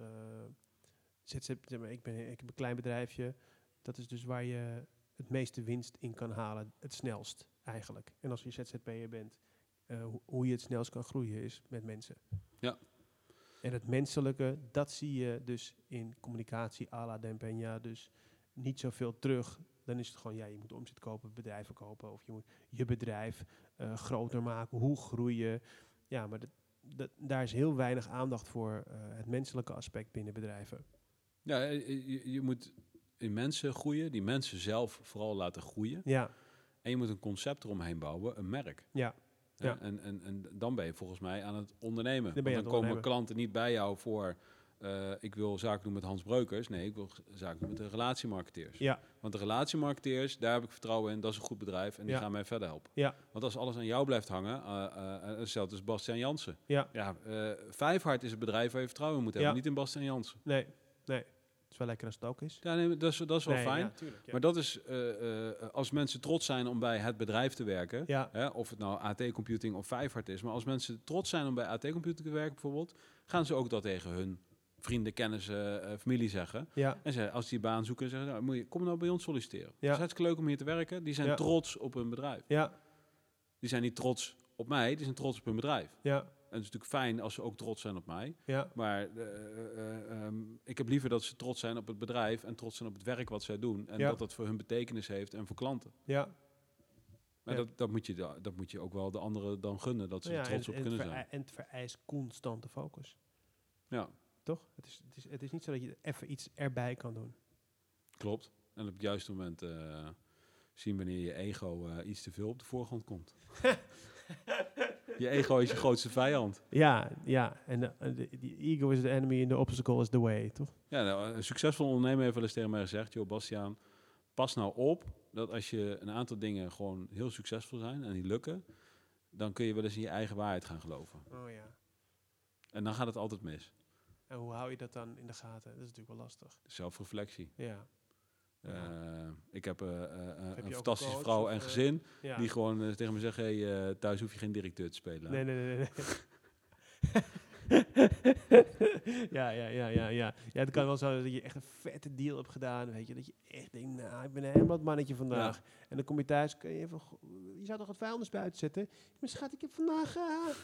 ik heb een klein bedrijfje. Dat is dus waar je het meeste winst in kan halen. Het snelst, eigenlijk. En als je ZZP'er bent, hoe je het snelst kan groeien is met mensen. Ja. En het menselijke, dat zie je dus in communicatie à la Dan Peña. Dus niet zoveel terug. Dan is het gewoon, je moet omzet kopen, bedrijven kopen. Of je moet je bedrijf groter maken. Hoe groeien? Ja, maar daar is heel weinig aandacht voor het menselijke aspect binnen bedrijven. Ja, je moet in mensen groeien. Die mensen zelf vooral laten groeien. Ja. En je moet een concept eromheen bouwen, een merk. Ja. Ja. En dan ben je volgens mij aan het ondernemen. Dan komen klanten niet bij jou voor... ik wil zaken doen met Hans Breukers. Nee, ik wil zaken doen met de relatiemarketeers. Ja. Want de relatiemarketeers, daar heb ik vertrouwen in. Dat is een goed bedrijf en die gaan mij verder helpen. Ja. Want als alles aan jou blijft hangen... hetzelfde is Bastiaan Jansen. Ja. Vijfhart is het bedrijf waar je vertrouwen in moet hebben. Niet in Bastiaan Jansen. Nee. Het is wel lekker als het ook is. Ja, nee, dat is wel fijn. Ja, tuurlijk, ja. Maar dat is, als mensen trots zijn om bij het bedrijf te werken... Hè, of het nou AT Computing of Vijfhart is... maar als mensen trots zijn om bij AT Computing te werken bijvoorbeeld... gaan ze ook dat tegen hun vrienden, kennissen, familie zeggen. Ja. En als die baan zoeken, zeggen kom nou bij ons solliciteren. Ja. Het is hartstikke leuk om hier te werken. Die zijn trots op hun bedrijf. Ja. Die zijn niet trots op mij, die zijn trots op hun bedrijf. Ja. En het is natuurlijk fijn als ze ook trots zijn op mij. Ja. Maar ik heb liever dat ze trots zijn op het bedrijf... en trots zijn op het werk wat zij doen. En dat voor hun betekenis heeft en voor klanten. Ja. Maar dat moet je ook wel de anderen dan gunnen. Dat ze er trots op kunnen zijn. En het vereist constante focus. Ja. Toch? Het is niet zo dat je even iets erbij kan doen. Klopt. En op het juiste moment zien wanneer je ego iets te veel op de voorgrond komt. Je ego is je grootste vijand. Ja. En de ego is the enemy and the obstacle is the way, toch? Ja, nou, een succesvol ondernemer heeft wel eens tegen mij gezegd... joh, Bastiaan, pas nou op dat als je een aantal dingen gewoon heel succesvol zijn... en die lukken, dan kun je wel eens in je eigen waarheid gaan geloven. Oh ja. En dan gaat het altijd mis. En hoe hou je dat dan in de gaten? Dat is natuurlijk wel lastig. Zelfreflectie. Ja. Ik heb een fantastische vrouw en gezin... die gewoon tegen me zeggen... Hey, thuis hoef je geen directeur te spelen. Nee. Ja, het kan wel zo dat je echt een vette deal hebt gedaan. Weet je, dat je echt denkt, nou, ik ben helemaal het mannetje vandaag. Ja. En dan kom je thuis, kun je even je zou toch het vuilnis buiten zetten? Maar schat, ik heb vandaag...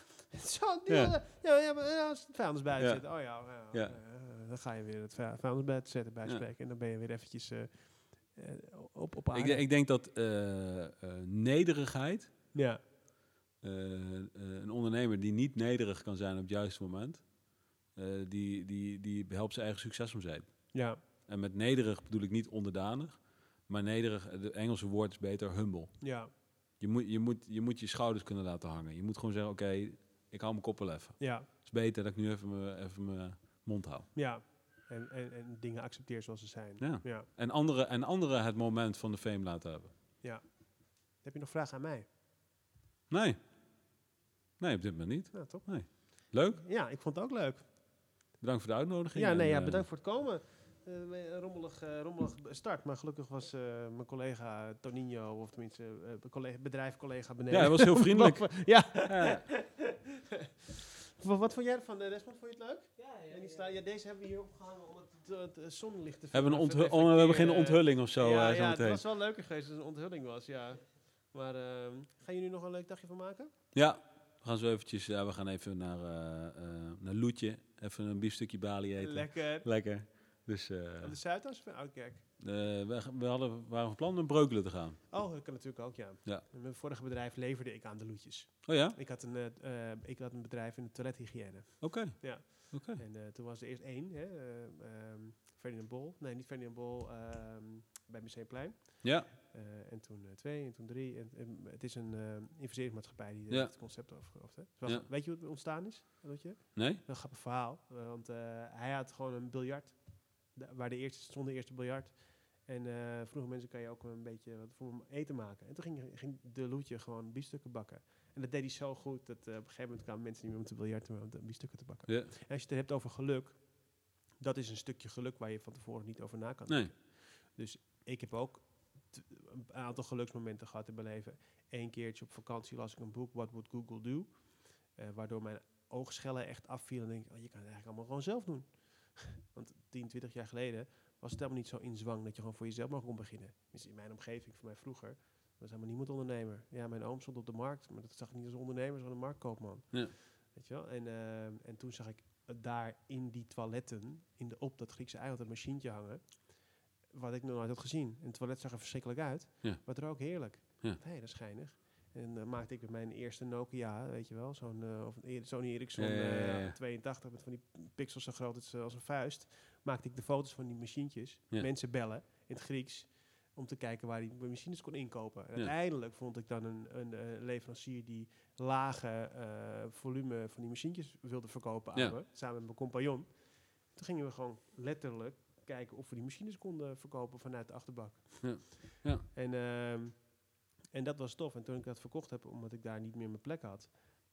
als het vuilnis buiten zetten. Oh ja. Dan ga je weer het vuilnis buiten zetten bij spreken. En dan ben je weer eventjes op aarde. Ik denk dat nederigheid... Ja. Een ondernemer die niet nederig kan zijn op het juiste moment... die helpt zijn eigen succes om zijn. Ja. En met nederig bedoel ik niet onderdanig... Maar nederig, het Engelse woord is beter, humble. Ja. Je moet je schouders kunnen laten hangen. Je moet gewoon zeggen, oké, ik hou mijn kop wel even. Ja. Het is beter dat ik nu even mijn mond hou. Ja. En dingen accepteer zoals ze zijn. Ja. En anderen het moment van de fame laten hebben. Ja. Heb je nog vragen aan mij? Nee, op dit moment niet. Ja, top. Nee. Leuk? Ja, ik vond het ook leuk. Bedankt voor de uitnodiging. Ja, bedankt voor het komen. Rommelig start, maar gelukkig was mijn collega Toninho, of tenminste bedrijfcollega beneden. Ja, hij was heel vriendelijk. Ja. Wat vond jij ervan, Desmond? Vond je het leuk? Ja. Deze hebben we hier opgehangen om het zonlicht te filmen. We hebben geen onthulling of zo. Ja, het was wel leuker geweest als het een onthulling was, ja. Maar gaan jullie nog een leuk dagje van maken? Ja, we gaan zo eventjes, we gaan even naar Loetje. Even een biefstukje Bali eten. Lekker. Dus, aan de Zuidas of in Oudkerk? We waren van plan om Breukelen te gaan. Oh, dat kan natuurlijk ook, ja. In mijn vorige bedrijf leverde ik aan de Loetjes. Oh ja? Ik had een bedrijf in de toilethygiëne. Oké. Ja. En toen was er eerst één, Ferdinand Bol. Nee, niet Ferdinand Bol, bij Museumplein. Ja. En toen 2 en toen 3. En het is een investeringsmaatschappij die het concept overgehoord heeft. Weet je hoe het ontstaan is? Weet je? Nee. Een grappig verhaal. Want hij had gewoon een biljart. Waar stond de eerste biljart. En vroegen mensen, kan je ook een beetje wat voor hem eten maken? En toen ging de Loetje gewoon biefstukken bakken. En dat deed hij zo goed dat op een gegeven moment kwamen mensen niet meer om te biljarten, maar om de biefstukken te bakken. Ja. En als je het hebt over geluk, dat is een stukje geluk waar je van tevoren niet over na kan denken. Nee. Dus ik heb ook een aantal geluksmomenten gehad in mijn leven. Eén keertje op vakantie las ik een boek, What Would Google Do? Waardoor mijn oogschellen echt afvielen. En denk ik, je kan het eigenlijk allemaal gewoon zelf doen. Want 10, 20 jaar geleden was het helemaal niet zo in zwang dat je gewoon voor jezelf mag kon beginnen. Dus in mijn omgeving, voor mij vroeger, was helemaal niemand ondernemer. Ja, mijn oom stond op de markt, maar dat zag ik niet als ondernemer, als een marktkoopman. Ja. Weet je wel? En toen zag ik daar in die toiletten, op dat Griekse eiland, dat machientje hangen, wat ik nog nooit had gezien. En het toilet zag er verschrikkelijk uit, maar het rook heerlijk. Ja. Hé, dat is schijnig. En dan maakte ik met mijn eerste Nokia, weet je wel, zo'n Sony Ericsson 82 met van die pixels zo groot als een vuist. Maakte ik de foto's van die machientjes, mensen bellen in het Grieks, om te kijken waar die machines kon inkopen. En uiteindelijk vond ik dan een leverancier die lage volume van die machientjes wilde verkopen aan me, samen met mijn compagnon. Toen gingen we gewoon letterlijk kijken of we die machines konden verkopen vanuit de achterbak. Ja. En dat was tof. En toen ik dat verkocht heb, omdat ik daar niet meer mijn plek had,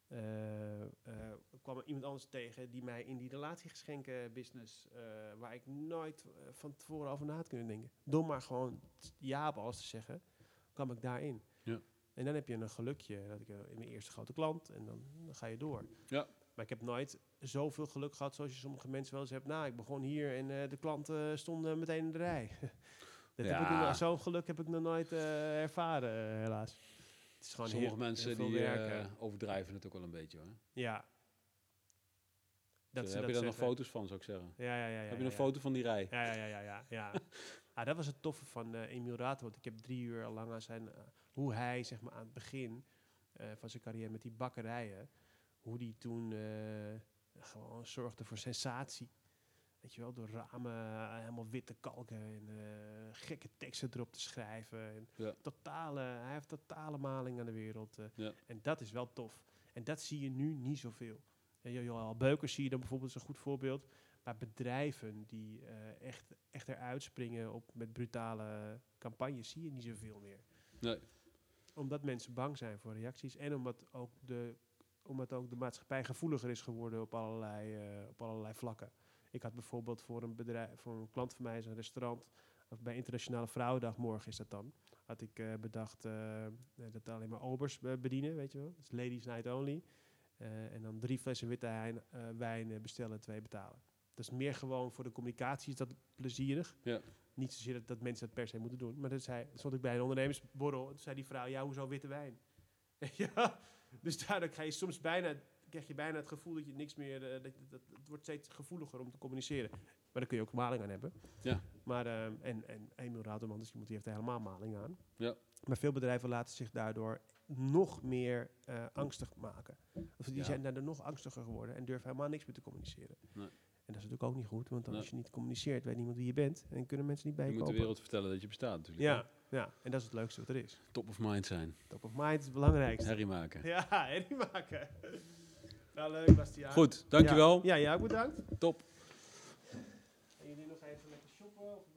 kwam er iemand anders tegen die mij in die relatiegeschenken business, waar ik nooit van tevoren over na had kunnen denken, door maar gewoon ja op alles te zeggen, kwam ik daarin. Ja. En dan heb je een gelukje, dat ik in mijn eerste grote klant, en dan ga je door. Ja. Maar ik heb nooit zoveel geluk gehad zoals je sommige mensen wel eens hebt. Nou, ik begon hier en de klanten stonden meteen in de rij. Zo'n geluk heb ik nog nooit ervaren, helaas. Het is gewoon sommige mensen die overdrijven het ook wel een beetje, hoor. Ja. Heb je daar nog foto's van, zou ik zeggen? Ja. Heb je een foto van die rij? Ja. Dat was het toffe van Emiel Rato. Want ik heb 3 uur lang aan zijn... hoe hij, zeg maar, aan het begin van zijn carrière met die bakkerijen, hoe die toen gewoon zorgde voor sensatie. Weet je wel, door ramen helemaal wit te kalken en gekke teksten erop te schrijven. En hij heeft totale maling aan de wereld. En dat is wel tof. En dat zie je nu niet zoveel. Johan Beukers zie je dan bijvoorbeeld als een goed voorbeeld. Maar bedrijven die echt eruit springen met brutale campagnes zie je niet zoveel meer. Nee. Omdat mensen bang zijn voor reacties. En omdat ook de maatschappij gevoeliger is geworden op allerlei vlakken. Ik had bijvoorbeeld voor een klant van mij, is een restaurant, of bij Internationale Vrouwendag, morgen is dat dan, had ik bedacht dat alleen maar obers bedienen, weet je wel. Dus ladies night only. En dan 3 flessen witte wijn bestellen, 2 betalen. Dat is meer gewoon voor de communicatie, is dat plezierig. Ja. Niet zozeer dat mensen dat per se moeten doen. Maar stond ik bij een ondernemersborrel en toen zei die vrouw, ja, hoezo witte wijn? Ja, dus daardoor krijg je bijna het gevoel dat je niks meer... dat het wordt steeds gevoeliger om te communiceren. Maar daar kun je ook maling aan hebben. Ja. Maar, en Emiel Rauterman is iemand die heeft er helemaal maling aan. Ja. Maar veel bedrijven laten zich daardoor nog meer angstig maken. Of die zijn daardoor nog angstiger geworden en durven helemaal niks meer te communiceren. Nee. En dat is natuurlijk ook niet goed, want als je niet communiceert, weet niemand wie je bent en kunnen mensen niet bij je Je moet kopen. de wereld vertellen dat je bestaat natuurlijk. Ja, en dat is het leukste wat er is. Top of mind zijn. Top of mind is het belangrijkste. Herrie maken. Ja, herrie maken. Nou, leuk, Bastiaan. Goed, dankjewel. Ja, ook bedankt. Top. En jullie nog even lekker shoppen? Of